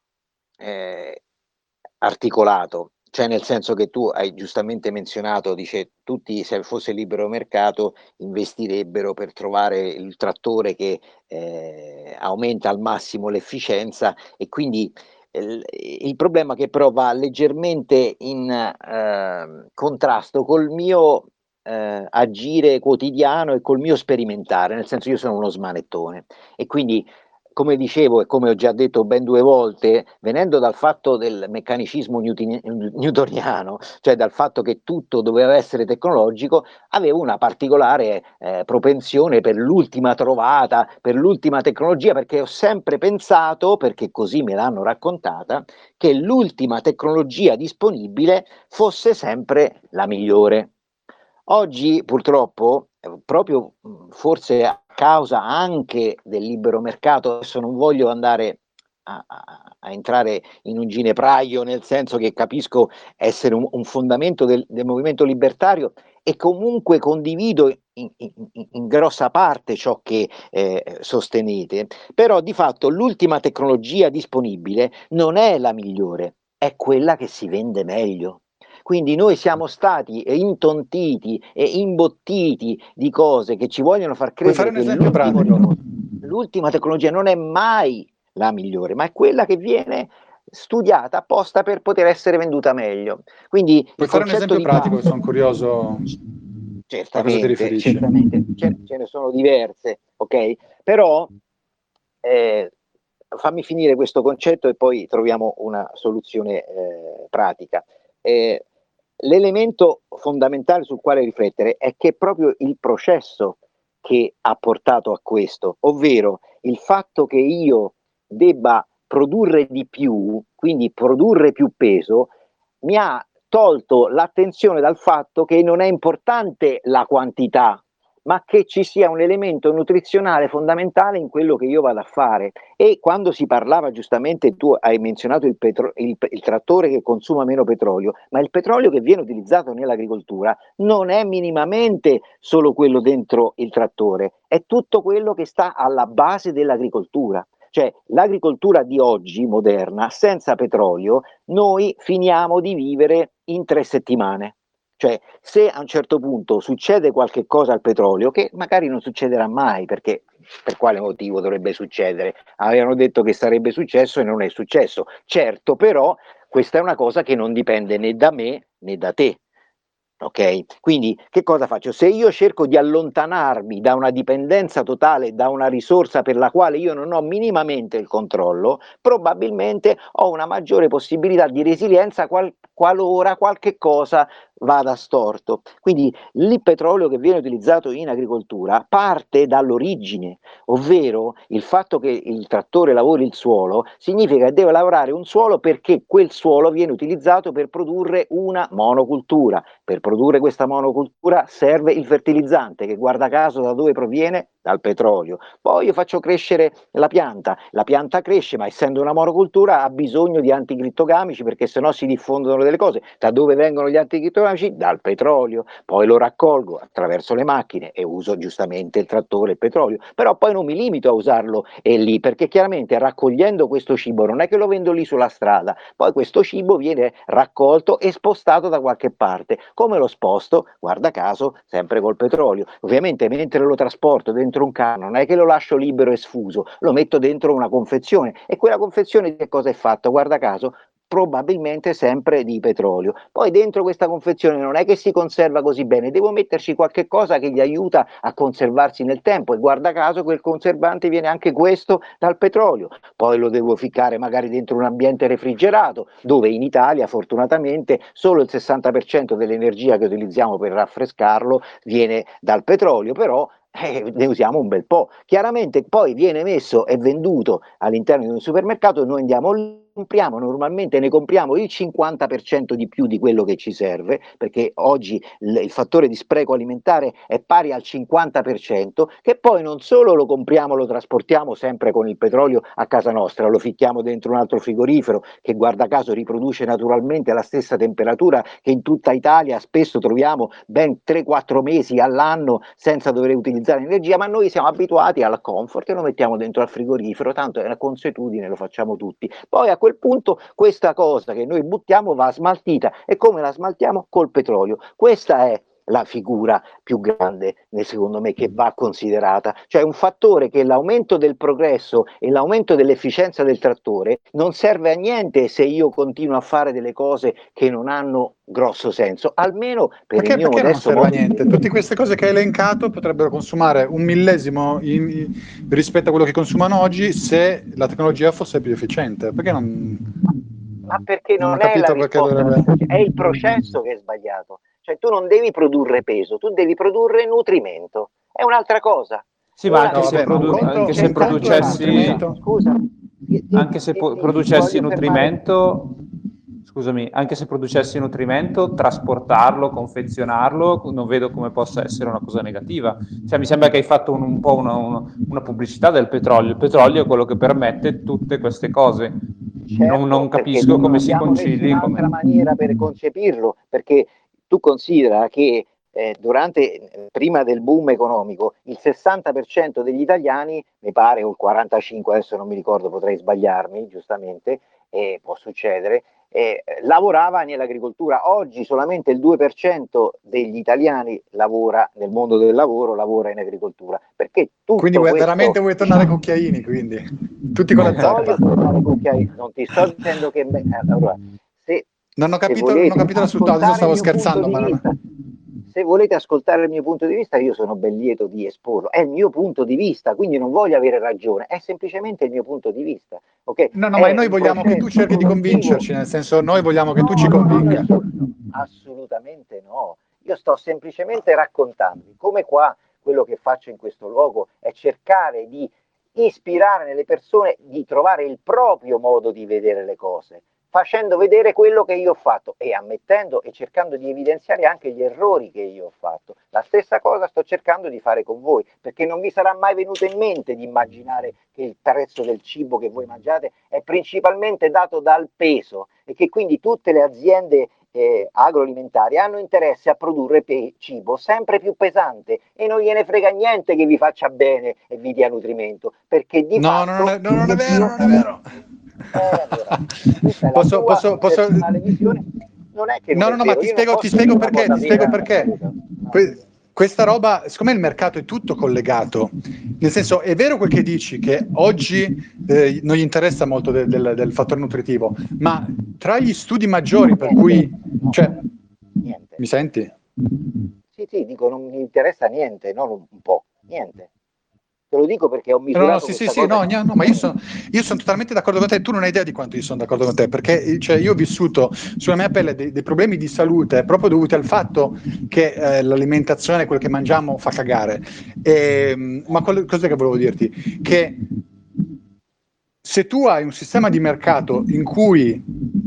eh, articolato, cioè nel senso che tu hai giustamente menzionato, dice tutti, se fosse libero mercato, investirebbero per trovare il trattore che eh, aumenta al massimo l'efficienza, e quindi eh, il problema che però va leggermente in eh, contrasto col mio eh, agire quotidiano e col mio sperimentare, nel senso io sono uno smanettone e quindi, come dicevo e come ho già detto ben due volte, venendo dal fatto del meccanicismo newtini- newtoniano, cioè dal fatto che tutto doveva essere tecnologico, avevo una particolare eh, propensione per l'ultima trovata, per l'ultima tecnologia, perché ho sempre pensato, perché così me l'hanno raccontata, che l'ultima tecnologia disponibile fosse sempre la migliore. Oggi purtroppo, eh, proprio mh, forse a causa anche del libero mercato, adesso non voglio andare a, a- a entrare in un ginepraio, nel senso che capisco essere un, un fondamento del, del movimento libertario e comunque condivido in, in- in- in grossa parte ciò che eh, sostenete, però di fatto l'ultima tecnologia disponibile non è la migliore, è quella che si vende meglio. Quindi noi siamo stati intontiti e imbottiti di cose che ci vogliono far Puoi fare credere un che esempio l'ultimo pratico? tecno- l'ultima tecnologia non è mai la migliore, ma è quella che viene studiata apposta per poter essere venduta meglio. Quindi il Puoi fare un concetto esempio di pratico, che base, sono curioso a cosa ti certamente, riferisci. certamente, ce, ce ne sono diverse, ok? Però eh, fammi finire questo concetto e poi troviamo una soluzione eh, pratica. Eh, L'elemento fondamentale sul quale riflettere è che è proprio il processo che ha portato a questo, ovvero il fatto che io debba produrre di più, quindi produrre più peso, mi ha tolto l'attenzione dal fatto che non è importante la quantità, ma che ci sia un elemento nutrizionale fondamentale in quello che io vado a fare. E quando si parlava, giustamente tu hai menzionato il, petro- il, il trattore che consuma meno petrolio, ma il petrolio che viene utilizzato nell'agricoltura non è minimamente solo quello dentro il trattore, è tutto quello che sta alla base dell'agricoltura. Cioè l'agricoltura di oggi, moderna, senza petrolio, noi finiamo di vivere in tre settimane. Cioè, se a un certo punto succede qualche cosa al petrolio, che magari non succederà mai, perché per quale motivo dovrebbe succedere? Avevano detto che sarebbe successo e non è successo. Certo, però questa è una cosa che non dipende né da me né da te. Ok? Quindi che cosa faccio? Se io cerco di allontanarmi da una dipendenza totale, da una risorsa per la quale io non ho minimamente il controllo, probabilmente ho una maggiore possibilità di resilienza qual- qualora qualche cosa vada storto. Quindi il petrolio che viene utilizzato in agricoltura parte dall'origine, ovvero il fatto che il trattore lavori il suolo significa che deve lavorare un suolo perché quel suolo viene utilizzato per produrre una monocultura. Per produrre questa monocultura serve il fertilizzante che, guarda caso, da dove proviene? dal petrolio. Poi io faccio crescere la pianta, la pianta cresce, ma essendo una monocultura ha bisogno di anticrittogamici perché sennò si diffondono delle cose. Da dove vengono gli anticrittogamici? Dal petrolio. Poi lo raccolgo attraverso le macchine e uso giustamente il trattore, il petrolio, però poi non mi limito a usarlo e lì, perché chiaramente raccogliendo questo cibo non è che lo vendo lì sulla strada, poi questo cibo viene raccolto e spostato da qualche parte. Come lo sposto? Guarda caso, sempre col petrolio. Ovviamente mentre lo trasporto dentro un carro non è che lo lascio libero e sfuso, lo metto dentro una confezione e quella confezione di che cosa è fatta? Guarda caso, probabilmente sempre di petrolio. Poi dentro questa confezione non è che si conserva così bene, devo metterci qualche cosa che gli aiuta a conservarsi nel tempo e guarda caso quel conservante viene anche questo dal petrolio. Poi lo devo ficcare magari dentro un ambiente refrigerato, dove in Italia fortunatamente solo il sessanta per cento dell'energia che utilizziamo per raffrescarlo viene dal petrolio, però eh, ne usiamo un bel po'. Chiaramente poi viene messo e venduto all'interno di un supermercato, noi andiamo lì, compriamo, normalmente ne compriamo il cinquanta per cento di più di quello che ci serve, perché oggi il, il fattore di spreco alimentare è pari al cinquanta per cento, che poi non solo lo compriamo, lo trasportiamo sempre con il petrolio a casa nostra, lo ficchiamo dentro un altro frigorifero che guarda caso riproduce naturalmente la stessa temperatura che in tutta Italia spesso troviamo ben tre quattro mesi all'anno senza dover utilizzare energia, ma noi siamo abituati al comfort e lo mettiamo dentro al frigorifero, tanto è una consuetudine, lo facciamo tutti. Poi a quel punto questa cosa che noi buttiamo va smaltita e come la smaltiamo? Col petrolio. Questa è la figura più grande, secondo me, che va considerata, cioè un fattore che l'aumento del progresso e l'aumento dell'efficienza del trattore non serve a niente se io continuo a fare delle cose che non hanno grosso senso, almeno per perché, il mio perché non modesto serve a modo niente? Tutte queste cose che hai elencato potrebbero consumare un millesimo in, in, rispetto a quello che consumano oggi se la tecnologia fosse più efficiente. Perché non... Ma perché non, non ho è la capito perché risposta, dovrebbe... è il processo che è sbagliato. Cioè tu non devi produrre peso, tu devi produrre nutrimento. È un'altra cosa. Sì, È ma una, anche No, se, vabbè, ma un produ- conto, anche se un conto è il producessi, nutrimento. Scusa, ti, ti, anche se ti, po- ti, ti producessi voglio fermare. nutrimento, scusami, anche se producessi nutrimento, trasportarlo, confezionarlo, non vedo come possa essere una cosa negativa. Cioè, mi sembra che hai fatto un, un po' una, una, una pubblicità del petrolio. Il petrolio è quello che permette tutte queste cose. Non, Certo, non perché capisco non come si abbiamo concili. nessun'altra Come... maniera per concepirlo, perché tu considera che eh, durante, prima del boom economico, il sessanta per cento degli italiani, mi pare, o il quarantacinque per cento, adesso non mi ricordo, potrei sbagliarmi, giustamente, eh, può succedere, eh, lavorava nell'agricoltura. Oggi solamente il due per cento degli italiani lavora nel mondo del lavoro, lavora in agricoltura, perché tutto Quindi vuoi, questo... veramente vuoi tornare ai cucchiaini, quindi? Tutti con la Non voglio zappa. tornare cucchiai, non ti sto dicendo che me- allora, se, Non ho se capito, non ho volete capito il risultato, io ascoltare il stavo mio punto scherzando, di ma non... vista, se volete ascoltare il mio punto di vista, io sono ben lieto di esporlo. È il mio punto di vista, quindi non voglio avere ragione, è semplicemente il mio punto di vista. Ok? No, no, ma È noi un vogliamo che tu processo cerchi di produttivo. convincerci, nel senso noi vogliamo che tu ci No, no, no, convinca. nessuno, assolutamente no. Io sto semplicemente raccontando come qua quello che faccio in questo luogo è cercare di ispirare nelle persone di trovare il proprio modo di vedere le cose, facendo vedere quello che io ho fatto e ammettendo e cercando di evidenziare anche gli errori che io ho fatto. La stessa cosa sto cercando di fare con voi, perché non vi sarà mai venuto in mente di immaginare che il prezzo del cibo che voi mangiate è principalmente dato dal peso e che quindi tutte le aziende eh, agroalimentari hanno interesse a produrre pe- cibo sempre più pesante e non gliene frega niente che vi faccia bene e vi dia nutrimento, perché di No, no, non fatto è, no, non è vero, non è vero. eh, allora, questa è la Posso, tua posso, posso... personale visione. Non è che non No, è no, no, ma vero, ti io non spiego, ti posso spiego dire una perché, cosa ti spiego vera perché. assoluta. Que- questa roba, siccome il mercato è tutto collegato, nel senso è vero quel che dici, che oggi eh, non gli interessa molto del, del, del fattore nutritivo, ma tra gli studi maggiori per Niente, cui... no, Cioè, niente. mi senti? Sì, sì, dico, non mi interessa niente, non un, un po', niente. Te lo dico perché ho No, no, misurato sì, sì, questa sì, cosa. no, no, ma io sono, io sono totalmente d'accordo con te, tu non hai idea di quanto io sono d'accordo con te, perché cioè, io ho vissuto sulla mia pelle dei, dei problemi di salute proprio dovuti al fatto che eh, l'alimentazione, quello che mangiamo, fa cagare. E, ma quello, cos'è che volevo dirti? Che se tu hai un sistema di mercato in cui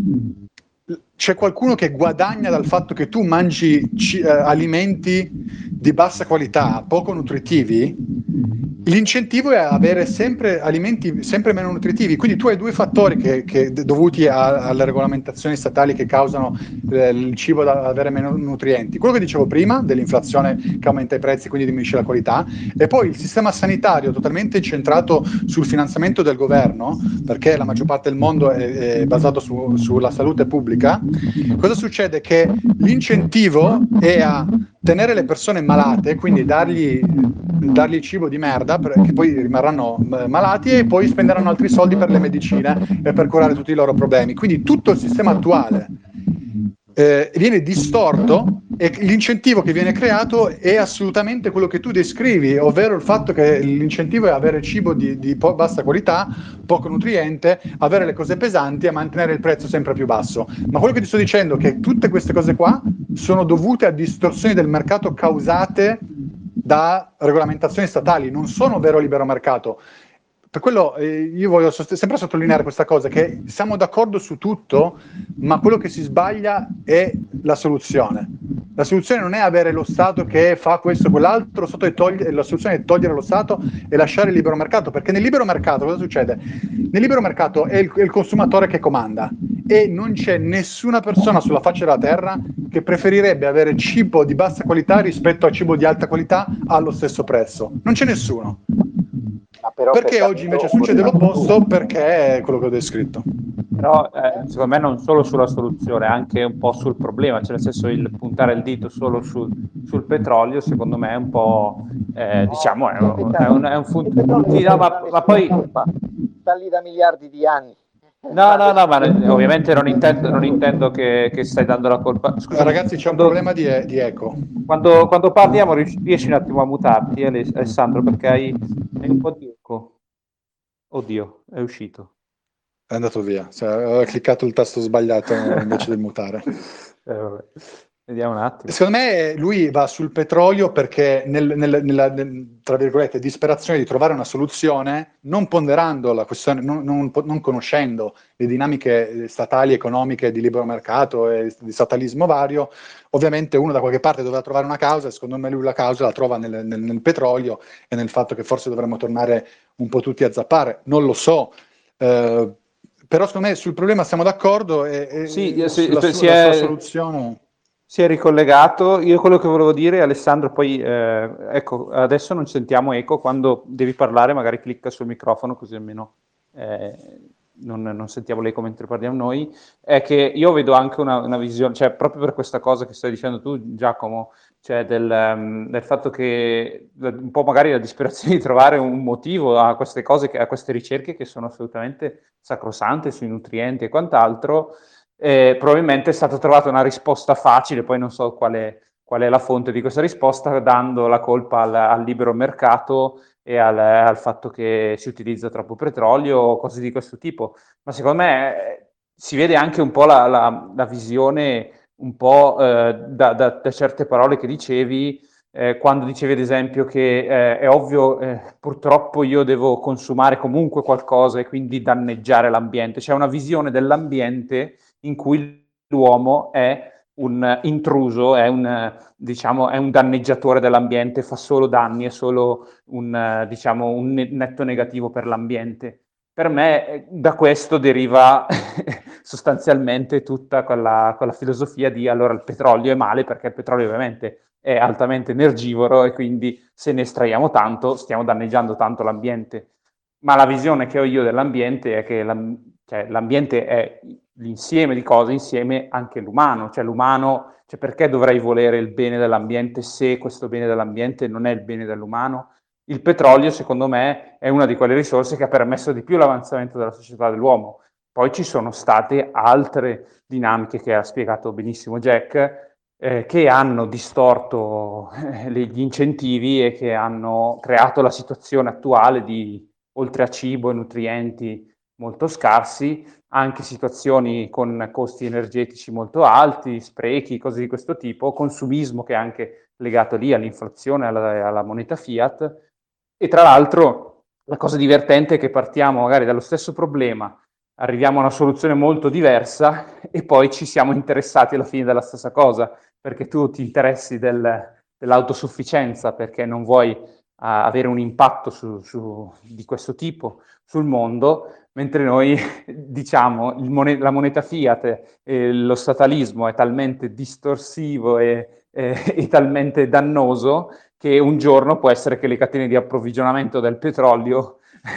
c'è qualcuno che guadagna dal fatto che tu mangi c- eh, alimenti di bassa qualità, poco nutritivi, L'incentivo è avere sempre alimenti sempre meno nutritivi, quindi tu hai due fattori che, che dovuti a, alle regolamentazioni statali che causano eh, il cibo da avere meno nutrienti. Quello che dicevo prima, dell'inflazione che aumenta i prezzi, quindi diminuisce la qualità, e poi il sistema sanitario totalmente incentrato sul finanziamento del governo, perché la maggior parte del mondo è, è basato su, sulla salute pubblica. Cosa succede? Che l'incentivo è a tenere le persone malate, quindi dargli, dargli cibo di merda, che poi rimarranno malati e poi spenderanno altri soldi per le medicine e per curare tutti i loro problemi. Quindi tutto il sistema attuale eh, viene distorto e l'incentivo che viene creato è assolutamente quello che tu descrivi, ovvero il fatto che l'incentivo è avere cibo di, di po- bassa qualità, poco nutriente, avere le cose pesanti e mantenere il prezzo sempre più basso. Ma quello che ti sto dicendo è che tutte queste cose qua sono dovute a distorsioni del mercato causate da regolamentazioni statali, non sono vero libero mercato. Per quello eh, io voglio sost- sempre sottolineare questa cosa, che siamo d'accordo su tutto, ma quello che si sbaglia è la soluzione. La soluzione non è avere lo Stato che fa questo o quell'altro, togli- la soluzione è togliere lo Stato e lasciare il libero mercato, perché nel libero mercato cosa succede? Nel libero mercato è il, è il consumatore che comanda e non c'è nessuna persona sulla faccia della terra che preferirebbe avere cibo di bassa qualità rispetto a cibo di alta qualità allo stesso prezzo. Non c'è nessuno. Ma però Perché per oggi invece succede l'opposto? Perché è quello che ho descritto. Però eh, secondo me non solo sulla soluzione, anche un po' sul problema, cioè nel senso il puntare il dito solo sul, sul petrolio, secondo me è un po', eh, diciamo, è un, è un, è un fun- sì, no, ma, ma poi... sta lì da miliardi di anni. No, no, no, ma ovviamente non intendo, non intendo che, che stai dando la colpa. Scusa, Ragazzi, c'è un quando, problema di, di eco. Quando, quando parliamo riesci un attimo a mutarti, Alessandro, perché hai, hai un po' di eco. Oddio, è uscito. È andato via, cioè, ho cliccato il tasto sbagliato invece del mutare. Eh, vabbè. Vediamo un attimo. Secondo me lui va sul petrolio perché nel, nel, nella nel, tra virgolette disperazione di trovare una soluzione, non ponderando la questione, non, non, non conoscendo le dinamiche statali, economiche di libero mercato e di statalismo vario, ovviamente uno da qualche parte dovrà trovare una causa, e secondo me lui la causa la trova nel, nel, nel petrolio e nel fatto che forse dovremmo tornare un po' tutti a zappare, non lo so. Eh, però secondo me sul problema siamo d'accordo e, e sì, sulla si, sua, si la è, sua soluzione... Si è ricollegato. Io quello che volevo dire, Alessandro, poi eh, ecco, adesso non sentiamo eco, quando devi parlare magari clicca sul microfono così almeno eh, non, non sentiamo l'eco mentre parliamo noi, è che io vedo anche una, una visione, cioè proprio per questa cosa che stai dicendo tu, Giacomo, cioè del, um, del fatto che un po' magari la disperazione di trovare un motivo a queste cose, che, a queste ricerche che sono assolutamente sacrosante sui nutrienti e quant'altro. Eh, probabilmente è stata trovata una risposta facile, poi non so qual è, qual è la fonte di questa risposta, dando la colpa al, al libero mercato e al, al fatto che si utilizza troppo petrolio o cose di questo tipo. Ma secondo me eh, si vede anche un po' la, la, la visione un po' eh, da, da, da certe parole che dicevi, eh, quando dicevi ad esempio che eh, è ovvio, eh, purtroppo io devo consumare comunque qualcosa e quindi danneggiare l'ambiente. C'è una visione dell'ambiente in cui l'uomo è un intruso, è un, diciamo, è un danneggiatore dell'ambiente, fa solo danni, è solo un, diciamo, un netto negativo per l'ambiente. Per me da questo deriva sostanzialmente tutta quella, quella filosofia di allora il petrolio è male perché il petrolio ovviamente è altamente energivoro e quindi se ne estraiamo tanto stiamo danneggiando tanto l'ambiente. Ma la visione che ho io dell'ambiente è che l'am- cioè, l'ambiente è l'insieme di cose, insieme anche l'umano, cioè l'umano, cioè perché dovrei volere il bene dell'ambiente se questo bene dell'ambiente non è il bene dell'umano? Il petrolio, secondo me, è una di quelle risorse che ha permesso di più l'avanzamento della società dell'uomo. Poi ci sono state altre dinamiche che ha spiegato benissimo Jack, eh, che hanno distorto eh, gli incentivi e che hanno creato la situazione attuale di, oltre a cibo e nutrienti molto scarsi, anche situazioni con costi energetici molto alti, sprechi, cose di questo tipo, consumismo che è anche legato lì all'inflazione, alla, alla moneta fiat. E tra l'altro la cosa divertente è che partiamo magari dallo stesso problema, arriviamo a una soluzione molto diversa e poi ci siamo interessati alla fine della stessa cosa, perché tu ti interessi del, dell'autosufficienza, perché non vuoi a avere un impatto su, su, di questo tipo sul mondo, mentre noi diciamo il mon- la moneta fiat e lo statalismo è talmente distorsivo e, e, e talmente dannoso che un giorno può essere che le catene di approvvigionamento del petrolio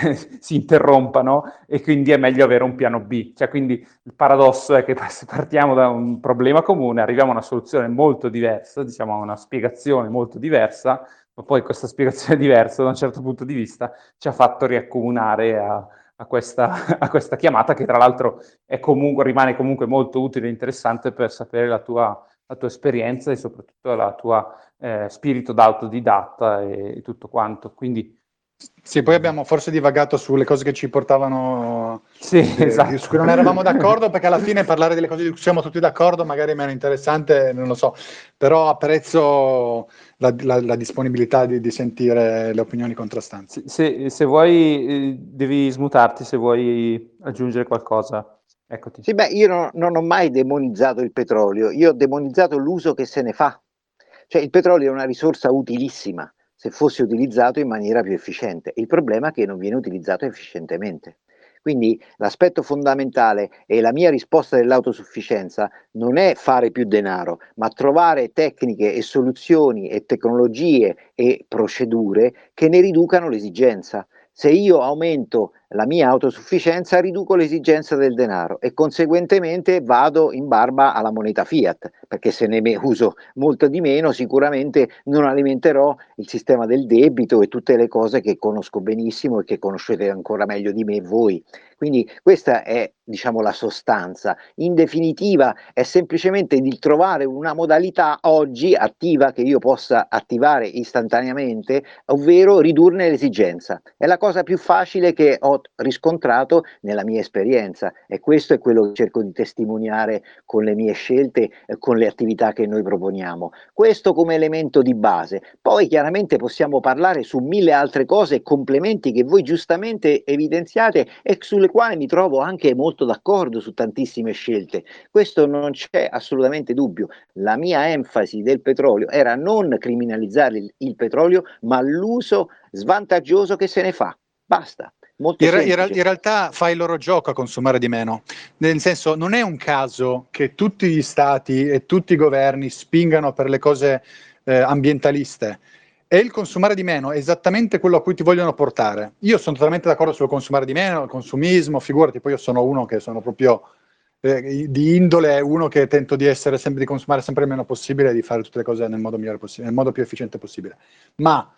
si interrompano e quindi è meglio avere un piano B. Cioè, quindi il paradosso è che se partiamo da un problema comune, arriviamo a una soluzione molto diversa, diciamo a una spiegazione molto diversa, ma poi questa spiegazione diversa da un certo punto di vista ci ha fatto riaccomunare a, a, questa, a questa chiamata, che tra l'altro è comunque, rimane comunque molto utile e interessante per sapere la tua, la tua esperienza e soprattutto la tua eh, spirito da autodidatta e, e tutto quanto. Quindi sì, poi abbiamo forse divagato sulle cose che ci portavano, sì, eh, esatto. su cui non eravamo d'accordo, perché alla fine parlare delle cose di cui siamo tutti d'accordo magari è meno interessante, non lo so, però apprezzo la, la, la disponibilità di, di sentire le opinioni contrastanti. Se, se, se vuoi, eh, devi smutarti se vuoi aggiungere qualcosa. Eccoti. Sì, beh, io non, non ho mai demonizzato il petrolio, io ho demonizzato l'uso che se ne fa. Cioè, il petrolio è una risorsa utilissima se fosse utilizzato in maniera più efficiente. Il problema è che non viene utilizzato efficientemente. Quindi l'aspetto fondamentale e la mia risposta dell'autosufficienza non è fare più denaro, ma trovare tecniche e soluzioni e tecnologie e procedure che ne riducano l'esigenza. Se io aumento la mia autosufficienza, riduco l'esigenza del denaro e conseguentemente vado in barba alla moneta fiat, perché se ne uso molto di meno sicuramente non alimenterò il sistema del debito e tutte le cose che conosco benissimo e che conoscete ancora meglio di me voi. Quindi questa è, diciamo, la sostanza. In definitiva è semplicemente di trovare una modalità oggi attiva che io possa attivare istantaneamente, ovvero ridurne l'esigenza. È la cosa più facile che ho riscontrato nella mia esperienza e questo è quello che cerco di testimoniare con le mie scelte e con le attività che noi proponiamo. Questo come elemento di base. Poi chiaramente possiamo parlare su mille altre cose e complementi che voi giustamente evidenziate e sulle quali mi trovo anche molto d'accordo su tantissime scelte. Questo non c'è assolutamente dubbio. La mia enfasi del petrolio era non criminalizzare il, il petrolio, ma l'uso svantaggioso che se ne fa. Basta. Molto In, in, semplice. in realtà fa il loro gioco a consumare di meno, nel senso non è un caso che tutti gli stati e tutti i governi spingano per le cose eh, ambientaliste, e il consumare di meno è esattamente quello a cui ti vogliono portare. Io sono totalmente d'accordo sul consumare di meno, il consumismo, figurati, poi io sono uno che sono proprio eh, di indole, uno che tento di essere sempre, di consumare sempre il meno possibile e di fare tutte le cose nel modo migliore possibile, nel modo più efficiente possibile. Ma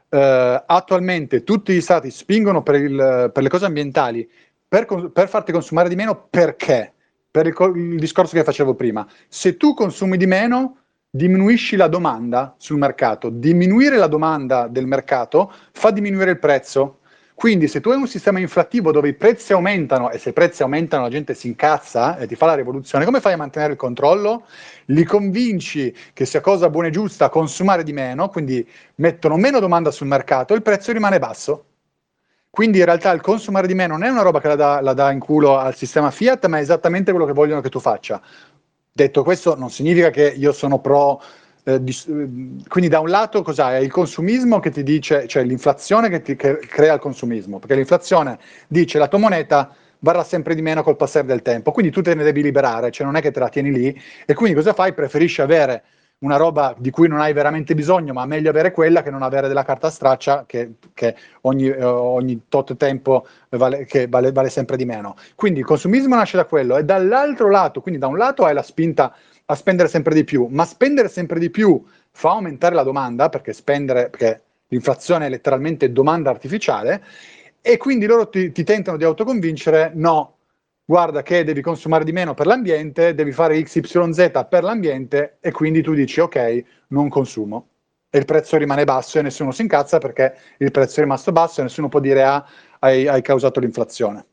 Uh, attualmente tutti gli stati spingono per, il, per le cose ambientali per, per farti consumare di meno, perché? Per il, il discorso che facevo prima. Se tu consumi di meno, diminuisci la domanda sul mercato. Diminuire la domanda del mercato fa diminuire il prezzo. Quindi se tu hai un sistema inflattivo dove i prezzi aumentano, e se i prezzi aumentano la gente si incazza e ti fa la rivoluzione, come fai a mantenere il controllo? Li convinci che sia cosa buona e giusta consumare di meno, quindi mettono meno domanda sul mercato e il prezzo rimane basso. Quindi in realtà il consumare di meno non è una roba che la dà, la dà in culo al sistema Fiat, ma è esattamente quello che vogliono che tu faccia. Detto questo, non significa che io sono pro... Eh, di, quindi da un lato cos'è? È il consumismo che ti dice, cioè l'inflazione che, ti, che crea il consumismo, perché l'inflazione dice la tua moneta varrà sempre di meno col passare del tempo, quindi tu te ne devi liberare, cioè non è che te la tieni lì, e quindi cosa fai? Preferisci avere una roba di cui non hai veramente bisogno, ma meglio avere quella che non avere della carta straccia che, che ogni, eh, ogni tot tempo vale, che vale, vale sempre di meno. Quindi il consumismo nasce da quello, e dall'altro lato, quindi da un lato hai la spinta a spendere sempre di più, ma spendere sempre di più fa aumentare la domanda, perché spendere, perché l'inflazione è letteralmente domanda artificiale, e quindi loro ti, ti tentano di autoconvincere, no, guarda che devi consumare di meno per l'ambiente, devi fare X Y Z per l'ambiente, e quindi tu dici ok, non consumo. E il prezzo rimane basso e nessuno si incazza perché il prezzo è rimasto basso e nessuno può dire ah, hai, hai causato l'inflazione.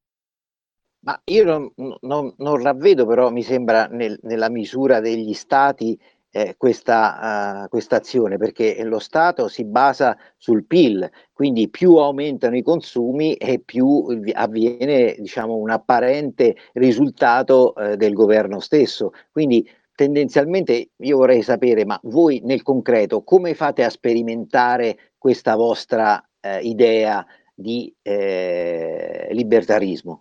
Ma io non, non, non ravvedo però, mi sembra, nel, nella misura degli stati eh, questa, uh, questa azione, perché lo Stato si basa sul P I L, quindi più aumentano i consumi e più avviene, diciamo, un apparente risultato eh, del governo stesso. Quindi tendenzialmente io vorrei sapere, ma voi nel concreto come fate a sperimentare questa vostra eh, idea di eh, libertarismo?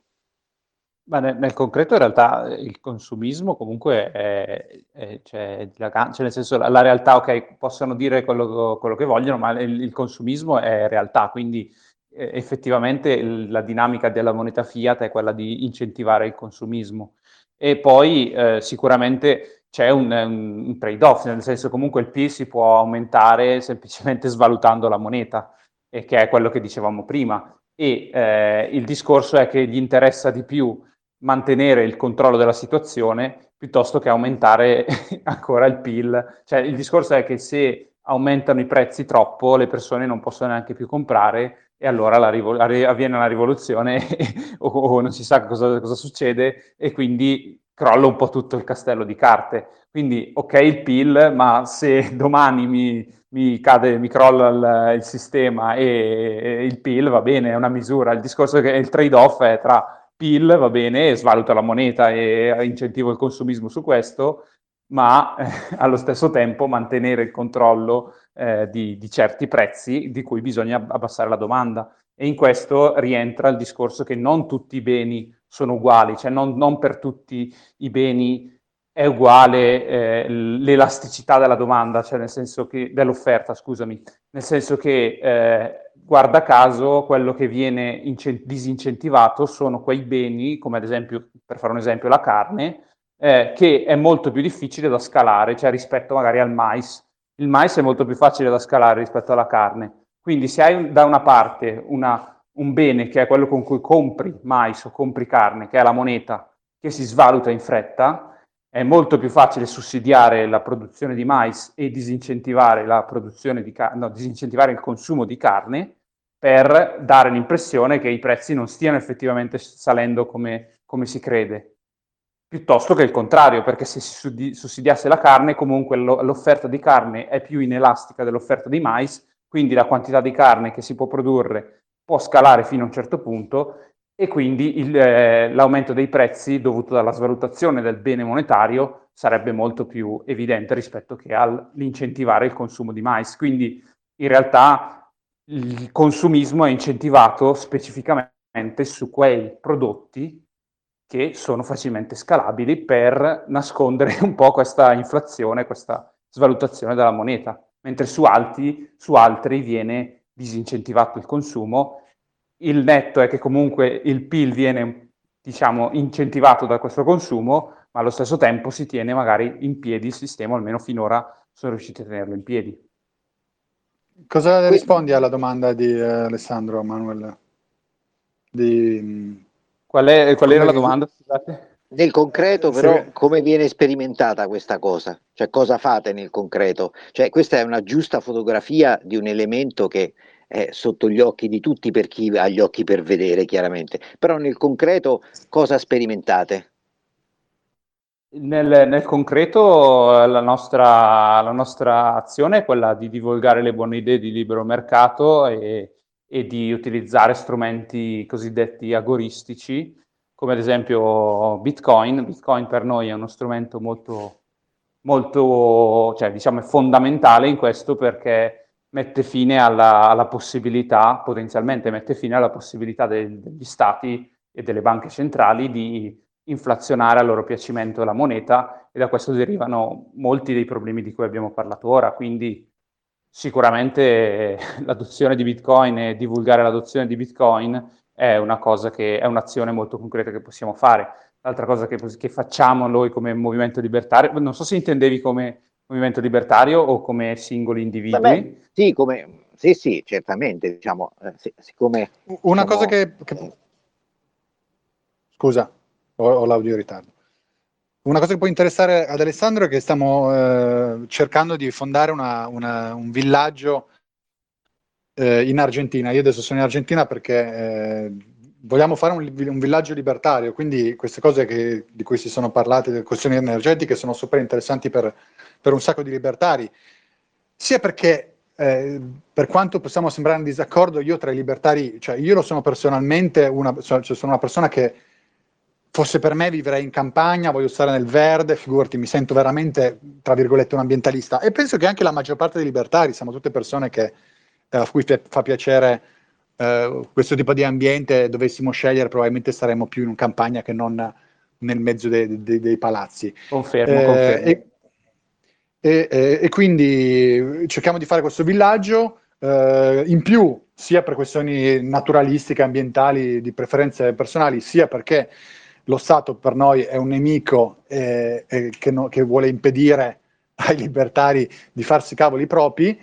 Ma nel, nel concreto in realtà eh, il consumismo comunque è, è- cioè, dilaga- cioè nel senso la, la realtà, ok, possono dire quello, quello che vogliono, ma il, il consumismo è realtà, quindi eh, effettivamente il- la dinamica della moneta fiat è quella di incentivare il consumismo. E poi eh, sicuramente c'è un, un- un trade-off, nel senso comunque il P I L si può aumentare semplicemente svalutando la moneta, e che è quello che dicevamo prima. E eh, il discorso è che gli interessa di più mantenere il controllo della situazione piuttosto che aumentare ancora il P I L. Cioè, il discorso è che se aumentano i prezzi troppo, le persone non possono neanche più comprare e allora la rivol- avviene una rivoluzione o, o non si sa cosa, cosa succede e quindi crolla un po' tutto il castello di carte. Quindi, ok, il P I L, ma se domani mi, mi cade, mi crolla il, il sistema e, e il P I L va bene, è una misura. Il discorso è che il trade-off è tra P I L, va bene, svaluta la moneta e incentivo il consumismo su questo, ma eh, allo stesso tempo mantenere il controllo eh, di, di certi prezzi di cui bisogna abbassare la domanda. E in questo rientra il discorso che non tutti i beni sono uguali, cioè non, non per tutti i beni è uguale eh, l'elasticità della domanda, cioè nel senso che dell'offerta, scusami, nel senso che eh, guarda caso quello che viene incent- disincentivato sono quei beni, come ad esempio, per fare un esempio, la carne, eh, che è molto più difficile da scalare, cioè rispetto magari al mais. Il mais è molto più facile da scalare rispetto alla carne. Quindi se hai da una parte una, un bene che è quello con cui compri mais o compri carne, che è la moneta, che si svaluta in fretta, è molto più facile sussidiare la produzione di mais e disincentivare, la produzione di car- no, disincentivare il consumo di carne per dare l'impressione che i prezzi non stiano effettivamente salendo come, come si crede, piuttosto che il contrario, perché se si sussidiasse la carne, comunque lo, l'offerta di carne è più inelastica dell'offerta di mais, quindi la quantità di carne che si può produrre può scalare fino a un certo punto e quindi il, eh, l'aumento dei prezzi dovuto dalla svalutazione del bene monetario sarebbe molto più evidente rispetto che all'incentivare il consumo di mais. Quindi in realtà il consumismo è incentivato specificamente su quei prodotti che sono facilmente scalabili per nascondere un po' questa inflazione, questa svalutazione della moneta, mentre su altri, su altri viene disincentivato il consumo. Il netto è che comunque il P I L viene, diciamo, incentivato da questo consumo, ma allo stesso tempo si tiene magari in piedi il sistema, almeno finora sono riusciti a tenerlo in piedi. Cosa Que- rispondi alla domanda di eh, Alessandro Manuel? Di, Qual, è, qual era la come, domanda? Scusate. Nel concreto, eh, però, se, come viene sperimentata questa cosa? Cioè, cosa fate nel concreto? Cioè, questa è una giusta fotografia di un elemento che è sotto gli occhi di tutti per chi ha gli occhi per vedere, chiaramente. Però nel concreto cosa sperimentate? Nel, nel concreto eh, la nostra, la nostra azione è quella di divulgare le buone idee di libero mercato e, e di utilizzare strumenti cosiddetti agoristici, come ad esempio Bitcoin. Bitcoin per noi è uno strumento molto, molto, cioè diciamo è fondamentale in questo perché mette fine alla, alla possibilità, potenzialmente mette fine alla possibilità del- degli stati e delle banche centrali di inflazionare a loro piacimento la moneta e da questo derivano molti dei problemi di cui abbiamo parlato ora. Quindi sicuramente l'adozione di Bitcoin e divulgare l'adozione di Bitcoin è una cosa che è un'azione molto concreta che possiamo fare. L'altra cosa che, che facciamo noi come movimento libertario, non so se intendevi come movimento libertario o come singoli Vabbè, individui. sì, come, sì, sì, certamente, diciamo, eh, sì, siccome una cosa siamo... che, che scusa, ho, ho l'audio in ritardo. Una cosa che può interessare ad Alessandro è che stiamo eh, cercando di fondare una, una, un villaggio eh, in Argentina. Io adesso sono in Argentina perché eh, vogliamo fare un, un villaggio libertario, quindi queste cose che, di cui si sono parlate, delle questioni energetiche, sono super interessanti per, per un sacco di libertari, sia perché eh, per quanto possiamo sembrare in disaccordo, io tra i libertari, cioè io lo sono personalmente, una, cioè sono una persona che fosse per me vivrei in campagna, voglio stare nel verde, figurati, mi sento veramente, tra virgolette, un ambientalista. E penso che anche la maggior parte dei libertari siamo tutte persone che a cui fa piacere eh, questo tipo di ambiente, dovessimo scegliere, probabilmente saremmo più in campagna che non nel mezzo dei, dei, dei palazzi. Confermo, Eh, confermo. e, e, e, e quindi cerchiamo di fare questo villaggio, eh, in più sia per questioni naturalistiche, ambientali, di preferenze personali, sia perché lo Stato per noi è un nemico eh, eh, che, no, che vuole impedire ai libertari di farsi cavoli propri,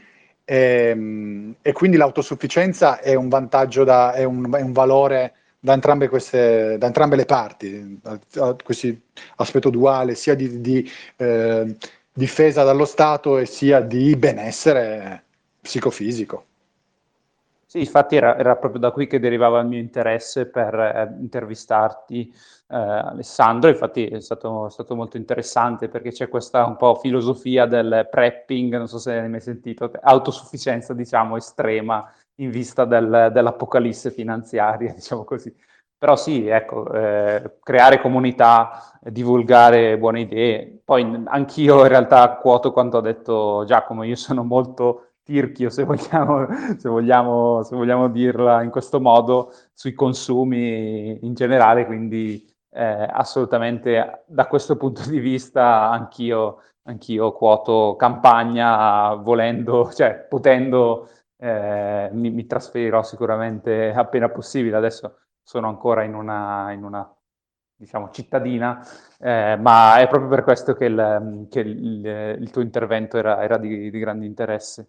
e, e quindi l'autosufficienza è un vantaggio, da, è, un, è un valore da entrambe, queste, da entrambe le parti, questo aspetto duale sia di, di eh, difesa dallo Stato e sia di benessere psicofisico. Sì, infatti era, era proprio da qui che derivava il mio interesse per eh, intervistarti, eh, Alessandro. Infatti è stato, è stato molto interessante perché c'è questa un po' filosofia del prepping, non so se ne hai mai sentito, autosufficienza diciamo estrema in vista del, dell'apocalisse finanziaria, diciamo così. Però sì, ecco, eh, creare comunità, divulgare buone idee. Poi anch'io in realtà quoto quanto ha detto Giacomo, io sono molto tirchio, se vogliamo, se vogliamo, se vogliamo dirla in questo modo, sui consumi in generale, quindi eh, assolutamente da questo punto di vista anch'io, anch'io quoto campagna, volendo, cioè potendo, eh, mi, mi trasferirò sicuramente appena possibile. Adesso sono ancora in una, in una diciamo, cittadina, eh, ma è proprio per questo che il, che il, il tuo intervento era, era di, di grande interesse.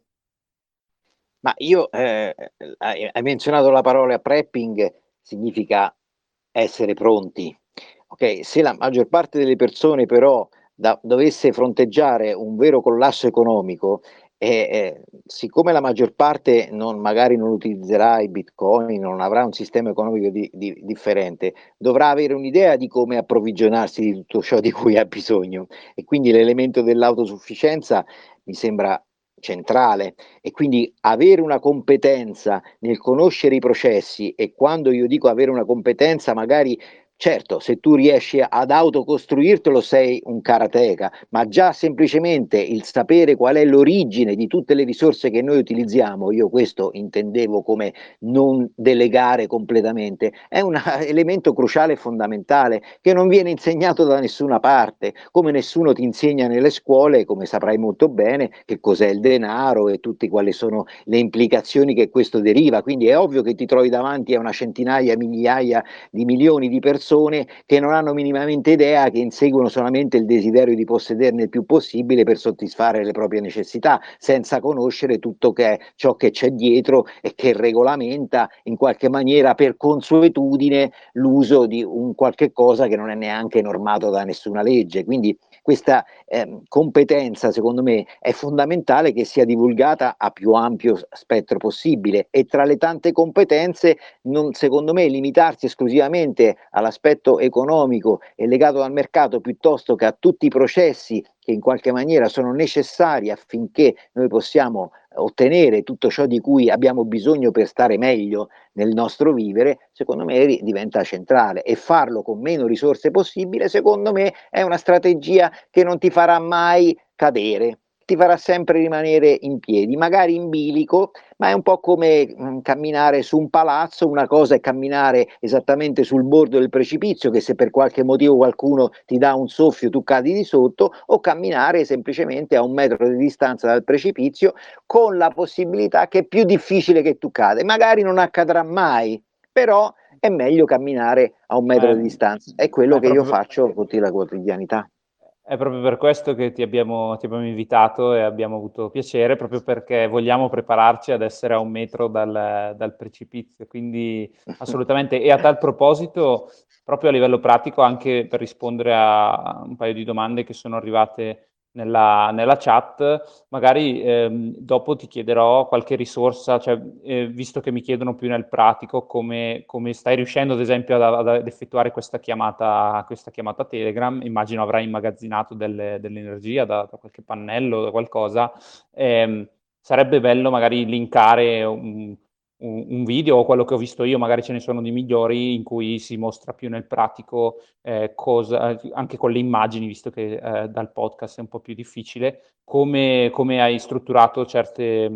Ma io, eh, hai hai menzionato la parola prepping, significa essere pronti. Ok, se la maggior parte delle persone però da- dovesse fronteggiare un vero collasso economico, e eh, siccome la maggior parte non, magari non utilizzerà i bitcoin, non avrà un sistema economico di- di- differente, dovrà avere un'idea di come approvvigionarsi di tutto ciò di cui ha bisogno. E quindi l'elemento dell'autosufficienza mi sembra centrale, e quindi avere una competenza nel conoscere i processi. E quando io dico avere una competenza, magari certo, se tu riesci ad autocostruirtelo sei un karateka, ma già semplicemente il sapere qual è l'origine di tutte le risorse che noi utilizziamo, io questo intendevo come non delegare completamente, è un elemento cruciale e fondamentale che non viene insegnato da nessuna parte, come nessuno ti insegna nelle scuole, come saprai molto bene, che cos'è il denaro e tutte quali sono le implicazioni che questo deriva. Quindi è ovvio che ti trovi davanti a una centinaia, migliaia di milioni di persone che non hanno minimamente idea, che inseguono solamente il desiderio di possederne il più possibile per soddisfare le proprie necessità, senza conoscere tutto che è ciò che c'è dietro e che regolamenta in qualche maniera per consuetudine l'uso di un qualche cosa che non è neanche normato da nessuna legge. Quindi questa eh, competenza, secondo me, è fondamentale che sia divulgata a più ampio spettro possibile, e tra le tante competenze non, secondo me, limitarsi esclusivamente all'aspetto economico e legato al mercato piuttosto che a tutti i processi che in qualche maniera sono necessari affinché noi possiamo ottenere tutto ciò di cui abbiamo bisogno per stare meglio nel nostro vivere, secondo me diventa centrale. E farlo con meno risorse possibile, secondo me, è una strategia che non ti farà mai cadere, ti farà sempre rimanere in piedi, magari in bilico, ma è un po' come mh, camminare su un palazzo. Una cosa è camminare esattamente sul bordo del precipizio, che se per qualche motivo qualcuno ti dà un soffio tu cadi di sotto, o camminare semplicemente a un metro di distanza dal precipizio con la possibilità che è più difficile che tu cade. Magari non accadrà mai, però è meglio camminare a un metro Ma, di distanza. È quello ma è che io proprio, faccio con la quotidianità. È proprio per questo che ti abbiamo, ti abbiamo invitato e abbiamo avuto piacere, proprio perché vogliamo prepararci ad essere a un metro dal, dal precipizio. Quindi assolutamente. E a tal proposito, proprio a livello pratico, anche per rispondere a un paio di domande che sono arrivate nella, nella chat, magari ehm, dopo ti chiederò qualche risorsa, cioè, eh, visto che mi chiedono più nel pratico come, come stai riuscendo ad esempio ad, ad effettuare questa chiamata, questa chiamata Telegram. Immagino avrai immagazzinato delle, dell'energia da, da qualche pannello, da qualcosa. Ehm, sarebbe bello magari linkare un, un, un video, o quello che ho visto io, magari ce ne sono di migliori, in cui si mostra più nel pratico eh, cosa, anche con le immagini, visto che eh, dal podcast è un po' più difficile, come, come hai strutturato certe,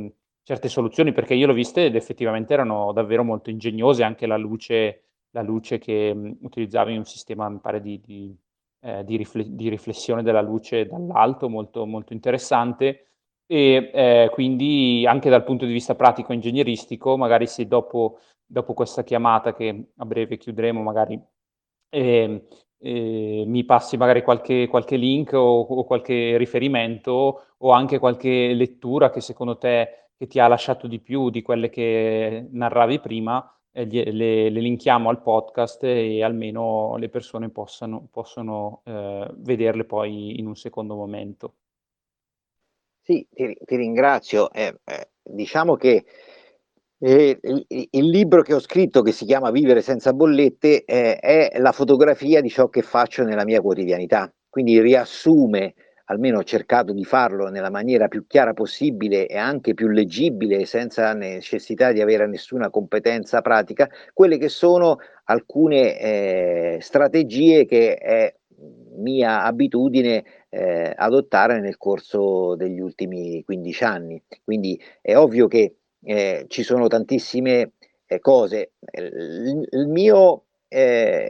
certe soluzioni, perché io l'ho viste ed effettivamente erano davvero molto ingegnose, anche la luce la luce che, mhmm, utilizzavi in un sistema, mi pare di di ehm, di rifle di riflessione della luce dall'alto, molto molto interessante. E, ehm, quindi anche dal punto di vista pratico e ingegneristico, magari se dopo dopo questa chiamata che a breve chiuderemo, magari, ehm, ehm, mi passi magari qualche qualche link o o qualche riferimento, o anche qualche lettura che secondo te che ti ha lasciato di più di quelle che narravi prima, e glie le le linkiamo al podcast e almeno le persone possano possono, ehm, vederle poi in un secondo momento. Sì, ti ri ti ringrazio. Eh, ehm, diciamo che, ehm, il i il libro che ho scritto, che si chiama "Vivere senza bollette", ehm, è la fotografia di ciò che faccio nella mia quotidianità. Quindi riassume, almeno ho cercato di farlo nella maniera più chiara possibile e anche più leggibile, senza necessità di avere nessuna competenza pratica, quelle che sono alcune, ehm, strategie che è mia abitudine, ehm, adottare nel corso degli ultimi quindici anni. Quindi è ovvio che, ehm, ci sono tantissime, ehm, cose. Ehm, il il mio ehm,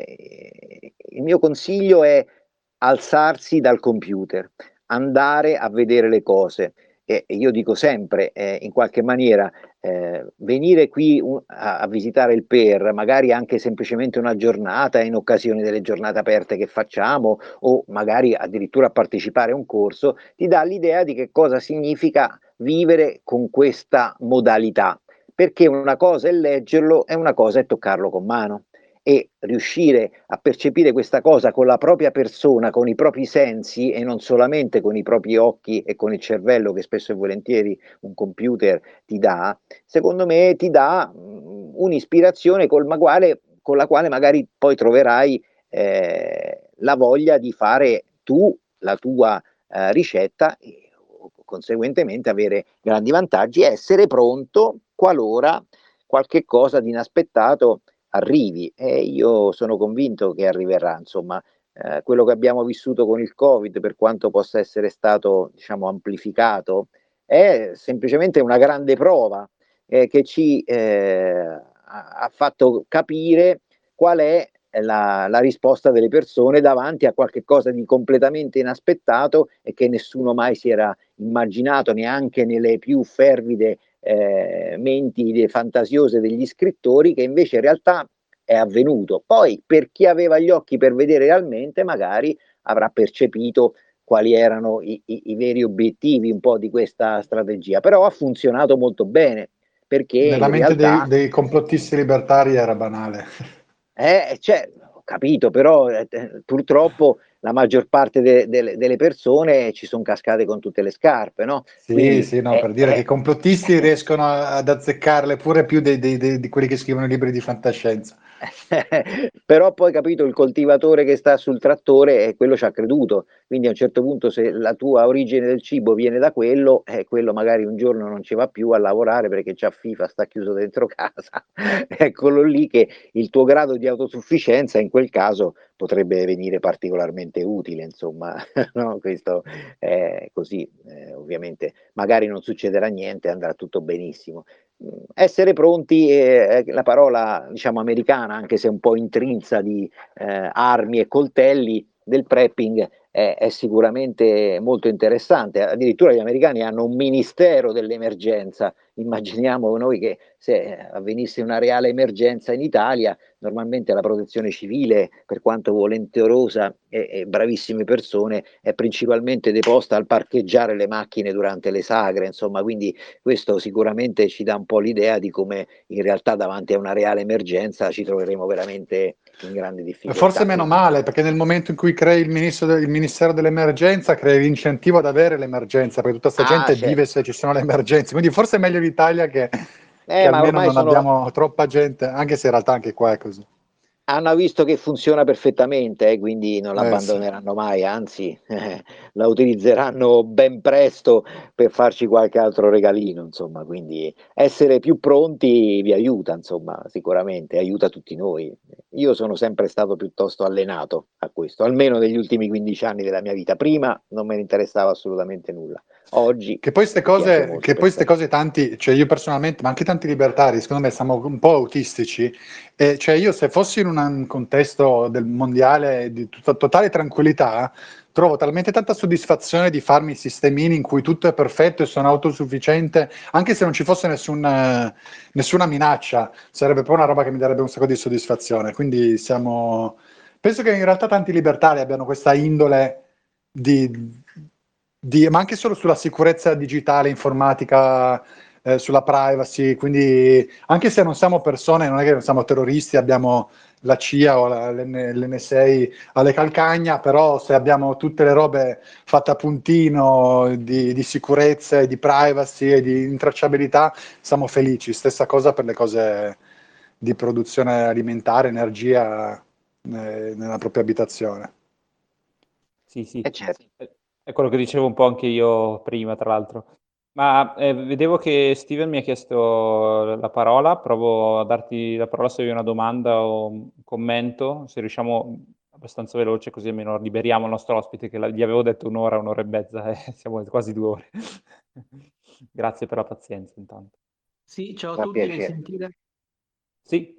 il mio consiglio è alzarsi dal computer, andare a vedere le cose. E e io dico sempre, ehm, in qualche maniera, ehm, venire qui u a a visitare il P E R, magari anche semplicemente una giornata in occasione delle giornate aperte che facciamo, o magari addirittura partecipare a un corso, ti dà l'idea di che cosa significa vivere con questa modalità, perché una cosa è leggerlo e una cosa è toccarlo con mano. E riuscire a percepire questa cosa con la propria persona, con i propri sensi e non solamente con i propri occhi e con il cervello che spesso e volentieri un computer ti dà, secondo me ti dà, mhmm, un'ispirazione col ma quale con la quale magari poi troverai, ehm, la voglia di fare tu la tua, ehm, ricetta e o conseguentemente avere grandi vantaggi e essere pronto qualora qualche cosa di inaspettato arrivi. E io sono convinto che arriverà, insomma. Ehm, quello che abbiamo vissuto con il Covid, per quanto possa essere stato, diciamo, amplificato, è semplicemente una grande prova, ehm, che ci, ehm, ha ha fatto capire qual è la la risposta delle persone davanti a qualche cosa di completamente inaspettato e che nessuno mai si era immaginato, neanche nelle più fervide, ehm, menti de fantasiose degli scrittori, che invece in realtà è avvenuto. Poi per chi aveva gli occhi per vedere realmente, magari avrà percepito quali erano i i i veri obiettivi un po' di questa strategia, però ha funzionato molto bene, perché Nella in mente dei, realtà dei complottisti libertari era banale. eh, cioè, ho capito, però, ehm, t purtroppo la maggior parte de delle delle persone ci son cascate con tutte le scarpe, no, Sì, quindi sì, no, è per dire che è i complottisti riescono a- ad azzeccarle pure più dei, dei- dei- di quelli che scrivono libri di fantascienza. Però poi capito il coltivatore che sta sul trattore, eh, quello c'ha creduto, quindi a un certo punto se la tua origine del cibo viene da quello, eh, quello magari un giorno non ci va più a lavorare perché c'ha FIFA, sta chiuso dentro casa. È quello lì che il tuo grado di autosufficienza in quel caso potrebbe venire particolarmente utile, insomma, no, questo è così. Ehm, ovviamente magari non succederà niente, andrà tutto benissimo. Mhmm, essere pronti è è la parola, diciamo, americana, anche se un po' intrinsa di, ehm, armi e coltelli, del prepping è è sicuramente molto interessante. Addirittura gli americani hanno un ministero dell'emergenza. Immaginiamo noi che se, ehm, avvenisse una reale emergenza in Italia, normalmente la protezione civile, per quanto volenterosa e e bravissime persone, è principalmente deposta al parcheggiare le macchine durante le sagre, insomma, quindi questo sicuramente ci dà un po' l'idea di come in realtà davanti a una reale emergenza ci troveremo veramente in grande E forse difficoltà. meno Quindi male, perché nel momento in cui crei il, ministro de- il Ministero dell'Emergenza, crei l'incentivo ad avere l'emergenza, perché tutta sta ah, gente vive certo. se ci sono le emergenze. Quindi forse è meglio l'Italia che, che Eh, ma almeno ormai non sono abbiamo troppa gente, anche se in realtà anche qua è così. hanno visto che funziona perfettamente, eh, quindi non Eh sì. l'abbandoneranno mai, anzi, eh, la utilizzeranno ben presto per farci qualche altro regalino, insomma, quindi essere più pronti vi aiuta, insomma, sicuramente, aiuta tutti noi. Io sono sempre stato piuttosto allenato a questo, almeno negli ultimi quindici anni della mia vita. Prima non me ne interessava assolutamente nulla. oggi Che poi queste piace cose, molto che per poi ste te. cose tanti, cioè io personalmente, ma anche tanti libertari, secondo me siamo un po' autistici. E cioè io se fossi in un contesto del mondiale di tutta- totale tranquillità, trovo talmente tanta soddisfazione di farmi i sistemini in cui tutto è perfetto e sono autosufficiente, anche se non ci fosse nessun, eh, nessuna minaccia, sarebbe poi una roba che mi darebbe un sacco di soddisfazione. Quindi siamo... Penso che in realtà tanti libertari abbiano questa indole di, di- ma anche solo sulla sicurezza digitale, informatica, eh, sulla privacy, quindi anche se non siamo persone, non è che non siamo terroristi, abbiamo la C I A o la- l'N S A alle calcagna, però se abbiamo tutte le robe fatte a puntino di, di sicurezza e di privacy e di intracciabilità, siamo felici. Stessa cosa per le cose di produzione alimentare, energia, eh, nella propria abitazione. Sì, sì, E certo. è è quello che dicevo un po' anche io prima, tra l'altro. Ma eh, vedevo che Steven mi ha chiesto la parola, provo a darti la parola se hai una domanda o un commento, se riusciamo abbastanza veloce, così almeno liberiamo il nostro ospite, che la- gli avevo detto un'ora, un'ora e mezza, e siamo quasi due ore. Grazie per la pazienza, intanto. Sì, ciao a Fa tutti, mi piacere. sentite? Sì,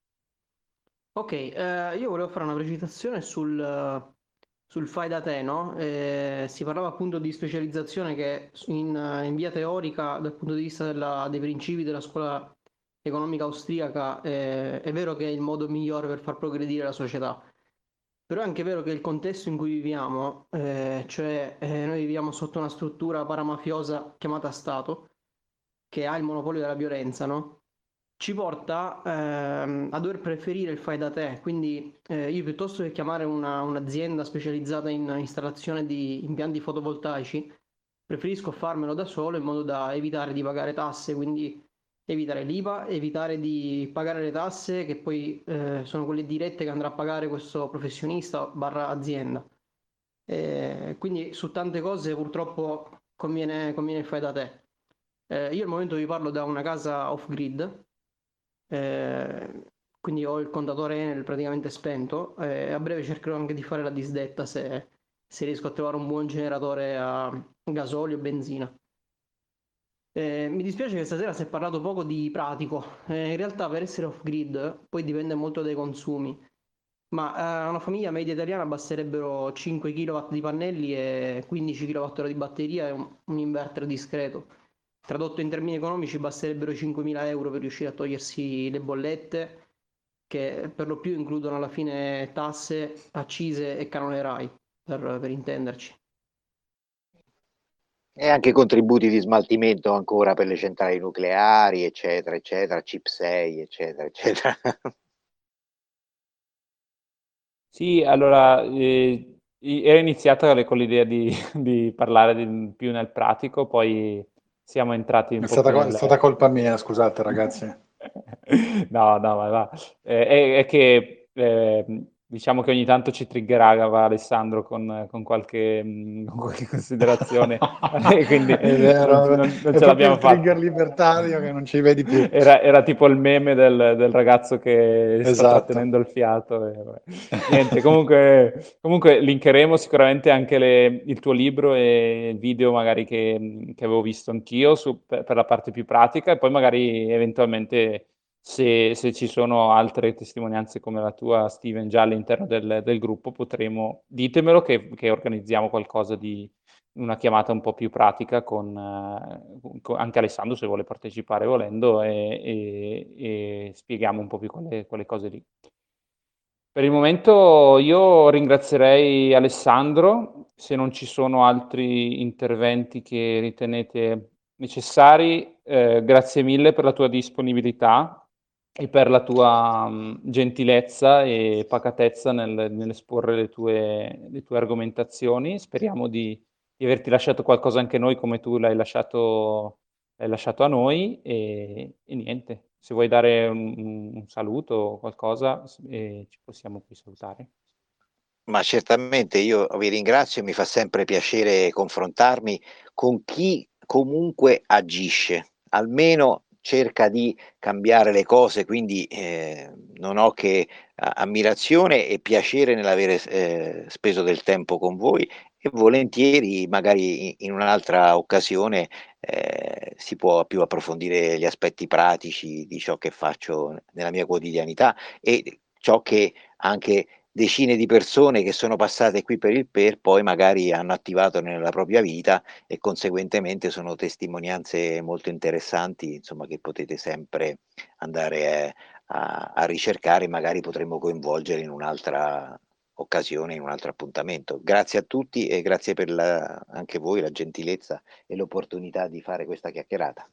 Ok, eh, io volevo fare una precisazione sul, eh, sul fai da te, no? Eh, si parlava appunto di specializzazione che in, eh, in via teorica, dal punto di vista della- dei principi della scuola economica austriaca, eh, è vero che è il modo migliore per far progredire la società, però è anche vero che il contesto in cui viviamo, eh, cioè eh, noi viviamo sotto una struttura paramafiosa chiamata Stato, che ha il monopolio della violenza, no? Ci porta ehm, a dover preferire il fai da te, quindi eh, io piuttosto che chiamare una- un'azienda specializzata in installazione di impianti fotovoltaici, preferisco farmelo da solo in modo da evitare di pagare tasse, quindi evitare l'I V A, evitare di pagare le tasse che poi eh, sono quelle dirette che andrà a pagare questo professionista barra azienda. Eh, quindi su tante cose purtroppo conviene, conviene il fai da te. Eh, io al momento vi parlo da una casa off-grid, eh, quindi ho il contatore Enel praticamente spento, e a breve cercherò anche di fare la disdetta se, se riesco a trovare un buon generatore a gasolio o benzina. Eh, mi dispiace che stasera si è parlato poco di pratico. Eh, in realtà per essere off-grid poi dipende molto dai consumi, ma eh, a una famiglia media italiana basterebbero cinque chilowatt di pannelli e quindici chilowatt di batteria e un, un inverter discreto. Tradotto in termini economici basterebbero cinquemila euro per riuscire a togliersi le bollette, che per lo più includono alla fine tasse, accise e canone RAI, per, per intenderci. E anche contributi di smaltimento ancora per le centrali nucleari, eccetera, eccetera, C I P sei, eccetera, eccetera. sì, allora, eh, i- ero iniziata con l'idea di, di parlare di- più nel pratico, poi siamo entrati un È po' stata, più co- è stata nel... colpa mia, scusate ragazzi. No, no, ma va. Eh, è, è che eh, diciamo che ogni tanto ci triggerava Alessandro con, con qualche, mh, con qualche considerazione, e quindi È non, vero, non- non è ce proprio l'abbiamo il trigger fatta. libertario che non ci vedi più. Era, era tipo il meme del, del ragazzo che sta Esatto. trattenendo il fiato. E vabbè. Niente, comunque, comunque linkeremo sicuramente anche le- il tuo libro e il video magari che, che avevo visto anch'io su- per, per la parte più pratica, e poi magari eventualmente se, se ci sono altre testimonianze come la tua, Steven, già all'interno del, del gruppo, potremo, ditemelo che, che organizziamo qualcosa di una chiamata un po' più pratica con, eh, con- anche Alessandro se vuole partecipare volendo, e, e- e spieghiamo un po' più quelle, quelle cose lì. Per il momento io ringrazierei Alessandro, se non ci sono altri interventi che ritenete necessari, eh, grazie mille per la tua disponibilità e per la tua mh, gentilezza e pacatezza nel- nell'esporre le tue, le tue argomentazioni. Speriamo di, di averti lasciato qualcosa anche noi come tu l'hai lasciato, l'hai lasciato a noi, e, e niente. Se vuoi dare un, un- un saluto o qualcosa, s- eh, ci possiamo qui salutare. Ma certamente io vi ringrazio, mi fa sempre piacere confrontarmi con chi comunque agisce, almeno cerca di cambiare le cose, quindi eh, non ho che a- ammirazione e piacere nell'avere eh, speso del tempo con voi e volentieri magari in un'altra occasione eh, si può più approfondire gli aspetti pratici di ciò che faccio nella mia quotidianità e ciò che anche decine di persone che sono passate qui per il per poi magari hanno attivato nella propria vita e conseguentemente sono testimonianze molto interessanti, insomma, che potete sempre andare eh, a, a ricercare, magari potremmo coinvolgere in un'altra occasione, in un altro appuntamento. Grazie a tutti e grazie per la, anche voi la gentilezza e l'opportunità di fare questa chiacchierata.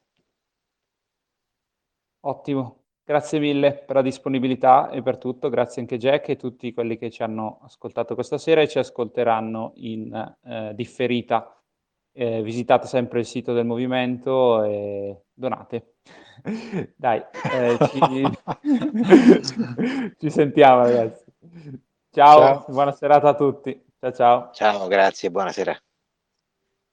Ottimo, grazie mille per la disponibilità e per tutto, grazie anche Jack e tutti quelli che ci hanno ascoltato questa sera e ci ascolteranno in eh, differita. Eh, visitate sempre il sito del movimento e donate. Dai, eh, ci... ci sentiamo ragazzi. Ciao, Ciao. buona serata a tutti. Ciao ciao. Ciao, grazie, buonasera.